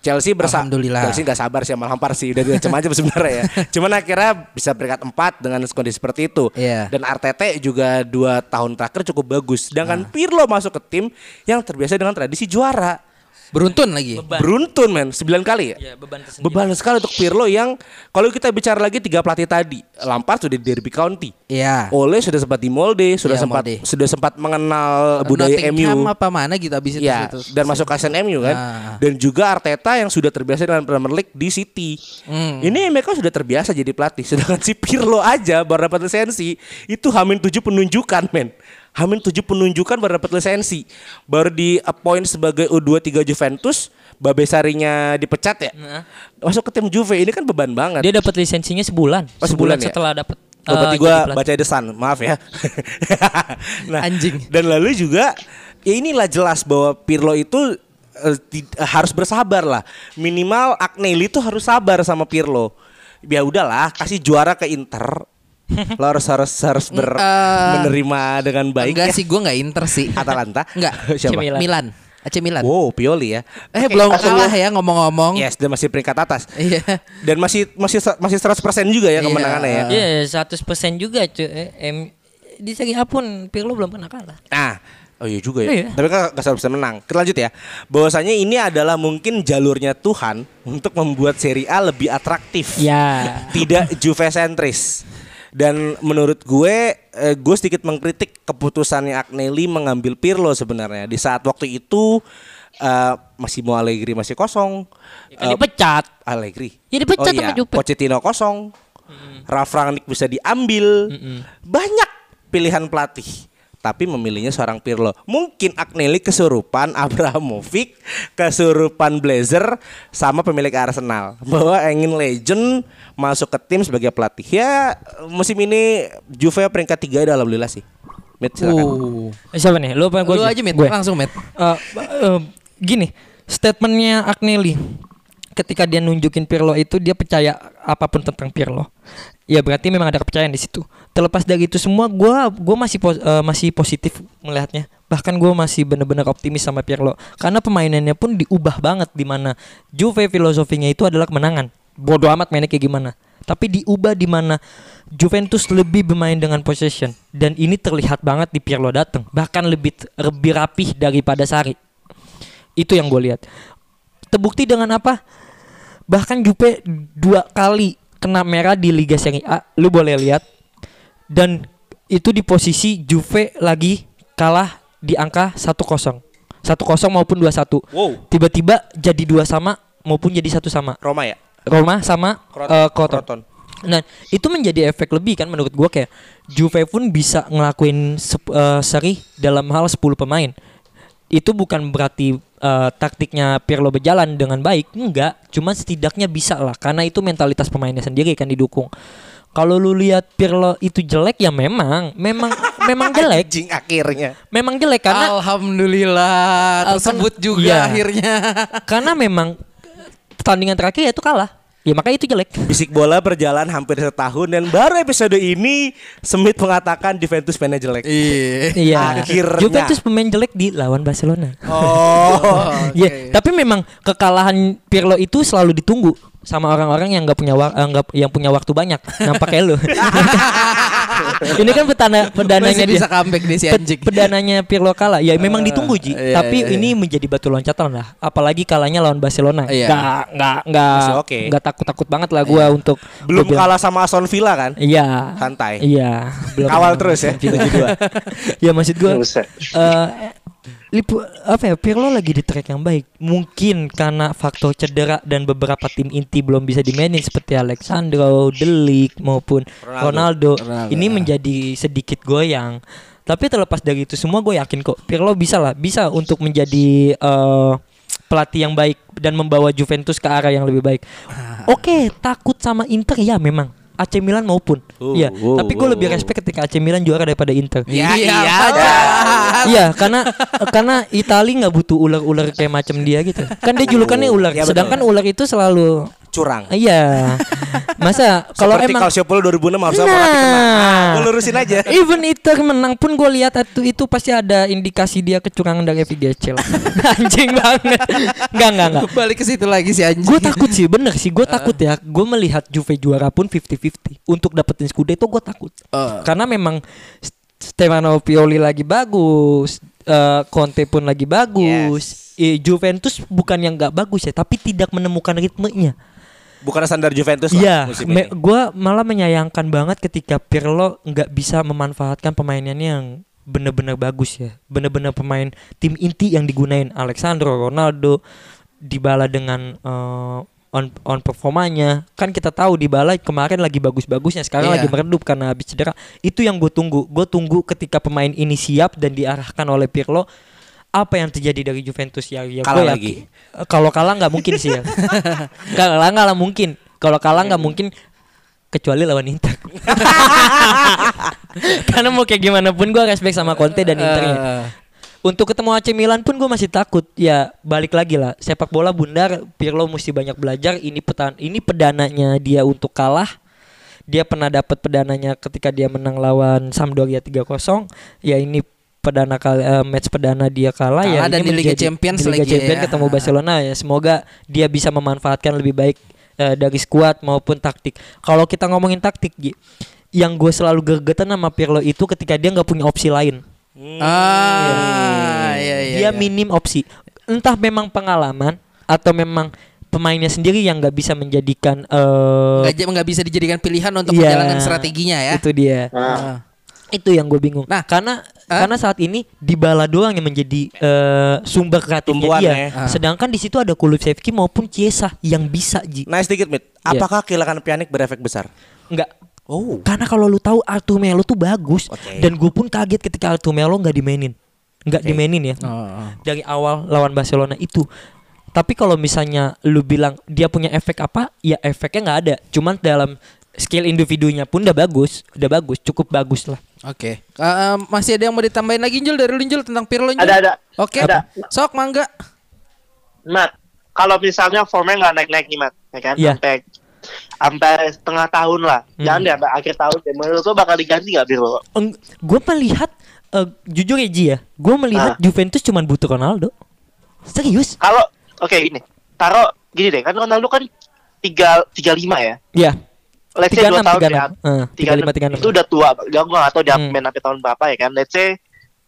Chelsea Alhamdulillah. Chelsea nggak sabar sih sama Lampard sih, udah macam-macam sebenarnya ya. Cuman akhirnya bisa peringkat 4 dengan kondisi seperti itu. Iya. Dan Arteta juga 2 tahun terakhir cukup bagus. Sedangkan Pirlo masuk ke tim yang terbiasa dengan tradisi juara. Beruntun lagi. Beruntun men, 9 kali ya. Ya, beban tersendiri. Beban sekali untuk Pirlo yang kalau kita bicara lagi 3 pelatih tadi, Lampard sudah di Derby County. Iya. Ole sudah sempat di Molde, sudah Iya, sempat Molde. sudah sempat mengenal budaya Nottingham MU. apa mana gitu abis itu. Ya, dan masuk ke MU kan. Ah. Dan juga Arteta yang sudah terbiasa dengan Premier League di City. Ini mereka sudah terbiasa jadi pelatih. Sedangkan si Pirlo aja baru dapat lisensi itu H-7 penunjukan men. H-7 penunjukan baru dapat lisensi. Baru di appoint sebagai U23 Juventus, Babesarinya dipecat ya. Masuk ke tim Juve ini kan beban banget. Dia dapat lisensinya sebulan. Oh, sebulan ya? setelah dapat. Berarti jadi gue pelatih. baca The Sun, maaf ya. Anjing. Dan lalu juga ya inilah jelas bahwa Pirlo itu harus bersabar lah. Minimal Agnelli itu harus sabar sama Pirlo. Ya udahlah, kasih juara ke Inter. Lo harus menerima dengan baik. Enggak ya. sih, gue nggak Inter sih. Atalanta. Enggak. Siapa? Milan. Milan. AC Milan. Wow, Pioli ya. Belum kalah ya ngomong-ngomong. Yes, dan masih peringkat atas. Iya. Dan masih 100% juga ya Iya. kemenangannya ya. Iya, 100% juga cuy. Di Serie A pun Pirlo belum pernah kalah. Nah, oh iya juga ya. Iya. Tapi kan gak 100% menang. Kita lanjut ya. Bahwasanya ini adalah mungkin jalurnya Tuhan untuk membuat Serie A lebih atraktif. Ya. Tidak Juve sentris. Dan menurut gue sedikit mengkritik keputusannya Agnelli mengambil Pirlo sebenarnya. Di saat waktu itu Massimo Allegri masih kosong. Ya kan dipecat. Allegri. Ya dipecat sama Juve. Pochettino kosong. Ralf Rangnick bisa diambil. Banyak pilihan pelatih. Tapi memilihnya seorang Pirlo. Mungkin Agnelli kesurupan Abramovich, kesurupan Blazer sama pemilik Arsenal. Bahwa ingin legend masuk ke tim sebagai pelatih. Ya musim ini Juve peringkat 3 alhamdulillah sih. Mit, silakan. Siapa nih? Lu apa gue? Lu aja Mit, Gue. langsung Mit. Gini, statementnya Agnelli ketika dia nunjukin Pirlo itu dia percaya apapun tentang Pirlo. Ya berarti memang ada kepercayaan di situ. Terlepas dari itu semua, gue masih positif melihatnya. Bahkan gue masih benar-benar optimis sama Pirlo karena permainannya pun diubah banget, di mana Juve filosofinya itu adalah kemenangan. Bodoh amat mainnya kayak gimana. Tapi diubah di mana Juventus lebih bermain dengan possession, dan ini terlihat banget di Pirlo datang. Bahkan lebih rapih daripada Sarri. Itu yang gue lihat. Terbukti dengan apa? Bahkan Juve 2 kali kena merah di Liga Serie A, lu boleh lihat. Dan itu di posisi Juve lagi kalah di angka 1-0 maupun 2-1. Wow. Tiba-tiba jadi 2 sama maupun jadi 1 sama. Roma ya? Roma sama Croton. Croton. Nah, itu menjadi efek lebih kan menurut gua, kayak Juve pun bisa ngelakuin seri dalam hal 10 pemain. Itu bukan berarti taktiknya Pirlo berjalan dengan baik, enggak, cuma setidaknya bisa lah karena itu mentalitas pemainnya sendiri kan didukung. Kalau lu lihat Pirlo itu jelek ya memang jelek. Anjing akhirnya. Memang jelek karena Alhamdulillah tersebut juga iya. akhirnya. Karena memang pertandingan terakhir ya itu kalah. Ya makanya itu jelek. Bisik bola berjalan hampir setahun dan baru episode ini Smith mengatakan Juventus mainnya jelek. Iya. Akhirnya. Juventus pemain jelek di lawan Barcelona. Oh. Iya, tapi memang kekalahan Pirlo itu selalu ditunggu sama orang-orang yang yang punya waktu banyak. Nampak kayak lu. Ini kan perdananya Masih bisa comeback nih si anjing. Perdananya Pirlo kalah. Ya memang ditunggu Ji. Iya, Tapi iya, ini menjadi batu loncatan lah. Apalagi kalahnya lawan Barcelona. Iya. Masih oke. Enggak takut-takut banget lah gua untuk Belum gua bilang, kalah sama Aston Villa kan? Iya. Santai. Iya, belum Kawal kalah terus ya. sama Villa juga. Ya maksud gua Buset. Pirlo lagi di track yang baik. Mungkin karena faktor cedera dan beberapa tim inti belum bisa dimainin seperti Alexandro, De Ligt maupun Ronaldo. Ini menjadi sedikit goyang. Tapi terlepas dari itu semua, gue yakin kok Pirlo bisa untuk menjadi pelatih yang baik dan membawa Juventus ke arah yang lebih baik. Oke, takut sama Inter ya memang. AC Milan maupun. Iya, tapi gue lebih respect ketika AC Milan juara daripada Inter. Iya, karena Itali nggak butuh ular-ular kayak macam dia gitu. Kan dia julukannya ular. Ya, Sedangkan ular itu selalu curang. Iya. Masa kalau Seperti emang Calciopolo 2006 harusnya Morata kena. Gue lurusin aja. Even Inter menang pun gue lihat itu pasti ada indikasi dia kecurangan dari VGCL. Anjing banget. Enggak. Balik ke situ lagi sih anjing. Gue takut sih, bener sih. Gue takut ya. Gue melihat Juve juara pun 50-50. Untuk dapetin Scudetto gue takut. Karena memang Stefano Pioli lagi bagus, Conte pun lagi bagus. Juventus bukan yang nggak bagus ya, tapi tidak menemukan ritmenya. Bukan standar Juventus Iya, lah musim ini. gue malah menyayangkan banget ketika Pirlo nggak bisa memanfaatkan pemainnya yang benar-benar bagus ya, benar-benar pemain tim inti yang digunain. Alexandro, Ronaldo, Dybala dengan on performanya. Kan kita tahu Dybala kemarin lagi bagus-bagusnya, sekarang Iya. lagi meredup karena habis cedera. Itu yang gue tunggu. Gue tunggu ketika pemain ini siap dan diarahkan oleh Pirlo. Apa yang terjadi dari Juventus ya Kalah gue lagi. kalau kalah nggak mungkin sih ya. Kalah nggak mungkin. Kalau kalah nggak mungkin kecuali lawan Inter. Karena mau kayak gimana pun gue respect sama Conte dan Internya. Untuk ketemu AC Milan pun gue masih takut. Ya balik lagi lah, sepak bola bundar, Pirlo mesti banyak belajar. Ini pedananya dia untuk kalah. Dia pernah dapat pedananya ketika dia menang lawan Sampdoria 3-0. Ya ini match perdana dia kalah ya. Dan Ini di Liga menjadi- Champions di Liga lagi Champions ya. ketemu Barcelona ya. Semoga dia bisa memanfaatkan lebih baik dari skuad maupun taktik. Kalau kita ngomongin taktik, Gi, yang gue selalu gregetan sama Pirlo itu ketika dia nggak punya opsi lain. Iya. Dia minim opsi. Entah memang pengalaman atau memang pemainnya sendiri yang nggak bisa menjadikan nggak bisa dijadikan pilihan untuk iya, menjalankan strateginya ya. Itu dia. Itu yang gue bingung. Nah, karena saat ini Dybala doang yang menjadi sumber kreatifnya Tumpuan dia. ya. Sedangkan di situ ada Kulusevski maupun Chiesa yang bisa, Ji. Nah sedikit Mit, Iya. apakah kehilangan Pjanic berefek besar? Enggak. Oh. Karena kalau lu tahu Arthur Melo tuh bagus. Oke. Dan gue pun kaget ketika Arthur Melo nggak dimainin. Dimainin ya. Dari awal lawan Barcelona itu. Tapi kalau misalnya lu bilang dia punya efek apa? Ya efeknya nggak ada. Cuman dalam skill individunya pun udah bagus, cukup bagus lah. Oke. Masih ada yang mau ditambahin lagi Jul dari lu Jul tentang Pirlo Jul? Ada. Oke. Ada. Sok mangga. Mat, kalau misalnya formnya nggak naik-naik nih Mat, ya kan? Iya. Sampai setengah tahun lah. Jangan deh sampai akhir tahun deh. Menurut lo bakal diganti nggak Pirlo? Gue melihat jujur ya Ji ya, gue melihat Juventus cuma butuh Ronaldo. Serius? Kalau oke ini, taruh gini deh, kan Ronaldo kan 35 ya. Iya. Let's say 2 tahun 36. 35 itu udah tua. Gak gue gak tau dia main sampai tahun berapa ya kan. Let's say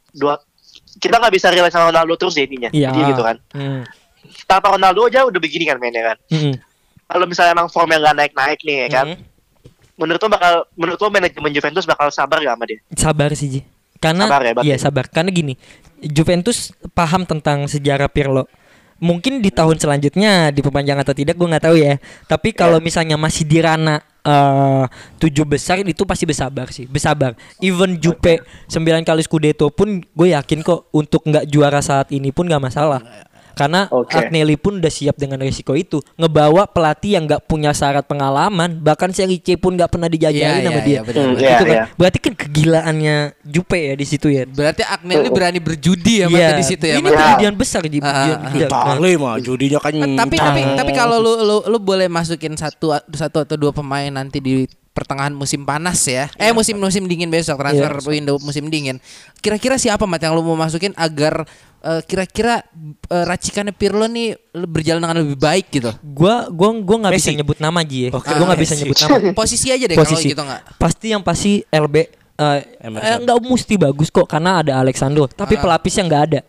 kita nggak bisa relate sama Ronaldo terus ya ininya. Iya. Jadi gitu kan. Tanpa Ronaldo aja udah begini kan mainnya kan. Kalau misalnya emang formnya nggak naik-naik nih ya kan. Menurut lo manajemen Juventus bakal sabar gak sama dia? Sabar sih Ji. Karena Sabar ya, berarti. iya sabar. Karena gini, Juventus paham tentang sejarah Pirlo. Mungkin di tahun selanjutnya diperpanjang atau tidak gue nggak tahu ya. Tapi kalau misalnya masih di ranah 7 besar itu pasti bersabar sih. Bersabar. Even Juve 9 kali Scudetto pun gue yakin kok untuk nggak juara saat ini pun nggak masalah. Karena Agnelli pun udah siap dengan risiko itu. Ngebawa pelatih yang gak punya syarat pengalaman. Bahkan Serie C pun gak pernah dijajarin sama dia. Gitu kan. Berarti kan kegilaannya Jupe ya di situ ya. Berarti Agnelli berani berjudi ya Mat, di situ ya. Ini perjudian besar Ji. Itali mah judinya kan. Tapi kalau lu boleh masukin satu atau dua pemain nanti di pertengahan musim panas ya. Musim dingin besok transfer window musim dingin. Kira-kira siapa Mat yang lu mau masukin agar kira-kira racikannya Pirlo nih berjalan dengan lebih baik gitu? Gua nggak bisa nyebut nama Ji ya. Gua nggak bisa nyebut nama. Posisi aja deh kalau gitu nggak. Pasti LB nggak mesti bagus kok karena ada Alexandro. Tapi pelapisnya nggak ada.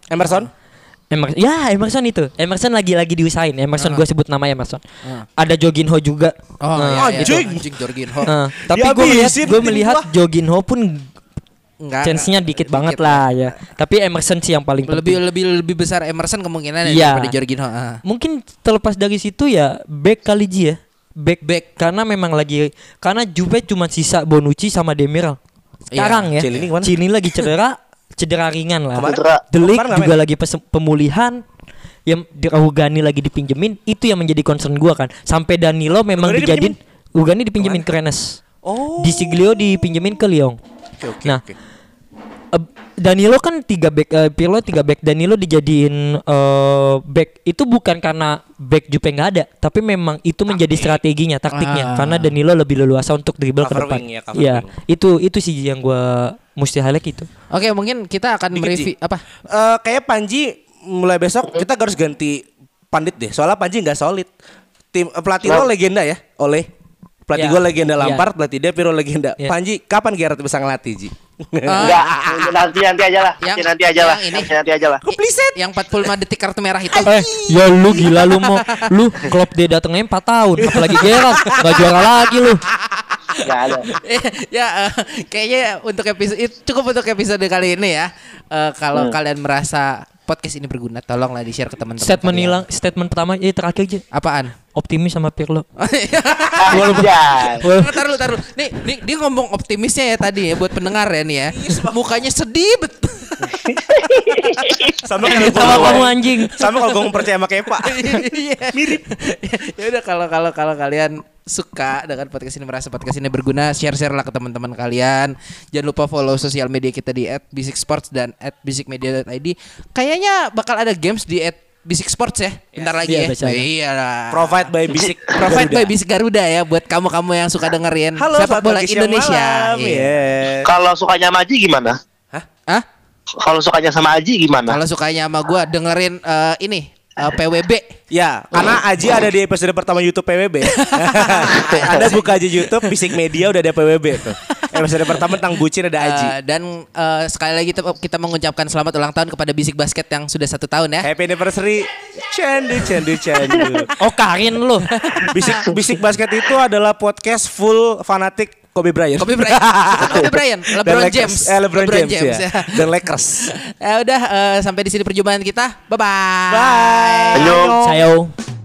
Emerson itu. Emerson lagi diusahain. Emerson gue sebut nama Emerson. Ada Jorginho juga. Anjing Jorginho. Tapi gue melihat Jorginho pun chance-nya dikit banget lah ya. Tapi Emerson sih yang paling penting. Lebih besar Emerson kemungkinan daripada Jorginho. Mungkin terlepas dari situ ya back kali Ji ya. Back karena memang karena Juve cuma sisa Bonucci sama Demiral. Sekarang ya. Cini lagi cedera ringan lah. The Ligt juga lagi pemulihan. Yang Rugani lagi dipinjemin. Itu yang menjadi concern gua kan. Sampai Danilo memang dijadiin Rugani dipinjemin ke Rennes. Di Siglio dipinjemin ke Lyon. Nah Danilo kan 3 back, Pirlo 3 back, Danilo dijadiin back itu bukan karena back Jupe nggak ada, tapi memang itu menjadi strateginya, taktiknya, karena Danilo lebih leluasa untuk dribble ke Cover depan. wing ya, cover Iya, wing. itu sih yang gua mesti highlight itu. Oke, mungkin kita akan Dikit, mereview Ji. apa? Kayak Panji mulai besok kita harus ganti pandit deh. Soalnya Panji nggak solid. Pelatih lo legenda ya, pelatih Ya. gue legenda Ya. Lampard, pelatih dia Pirlo legenda. Ya. Panji, kapan Gerrard bisa ngelatih, Ji? Enggak, nanti aja lah. Yang- Nanti aja lah. yang ini. Nanti aja lah. Yang 45 detik kartu merah itu. Ya lu gila lu mau lu Klopp dia datengnya 4 tahun, apalagi Gerrard nggak juara lagi lu. Enggak ada. Ya, kayaknya untuk cukup untuk episode kali ini ya. Kalau kalian merasa podcast ini berguna, tolonglah di-share ke teman-teman. Statement pertama terakhir aja. Apaan? Optimis sama Pirlo. Jangan. Taruh. Nih, dia ngomong optimisnya ya tadi ya buat pendengar ya nih ya. Mukanya sedih betul. Sama Sama kamu anjing. Sama kalau gue percaya sama Kepa. Mirip. Ya udah kalau kalian suka dengan podcast ini, merasa podcast ini berguna, share lah ke teman-teman kalian. Jangan lupa follow sosial media kita di @bisiksports dan @bisikmedia.id. Kayaknya bakal ada games di @bisiksports ya. Bentar lagi Iya, ya. baca. Iya lah. Provide by Bisik. Provide by Bisik Garuda ya buat kamu-kamu yang suka dengerin Halo, sepak bola Indonesia. Iya. Iya. Kalau sukanya sama Aji gimana? Hah? Kalau sukanya sama Aji gimana? Kalau sukanya sama gua dengerin ini PWB. Ya, karena Aji ada di episode pertama YouTube PWB. Anda buka aja YouTube, Bisik Media udah ada PWB tuh. Episode pertama tentang bucin ada Aji. Dan sekali lagi kita mengucapkan selamat ulang tahun kepada Bisik Basket yang sudah 1 tahun ya. Happy anniversary. Candu. Oh Karin lu. Bisik Basket itu adalah podcast full fanatik Kobe Bryant. Kobe Bryant, bukan Kobe Bryant, Dan LeBron Lakers. James. LeBron James ya. Dan Lakers. Ya udah sampai di sini perjumpaan kita. Bye bye. Bye. Ayo. Sayo.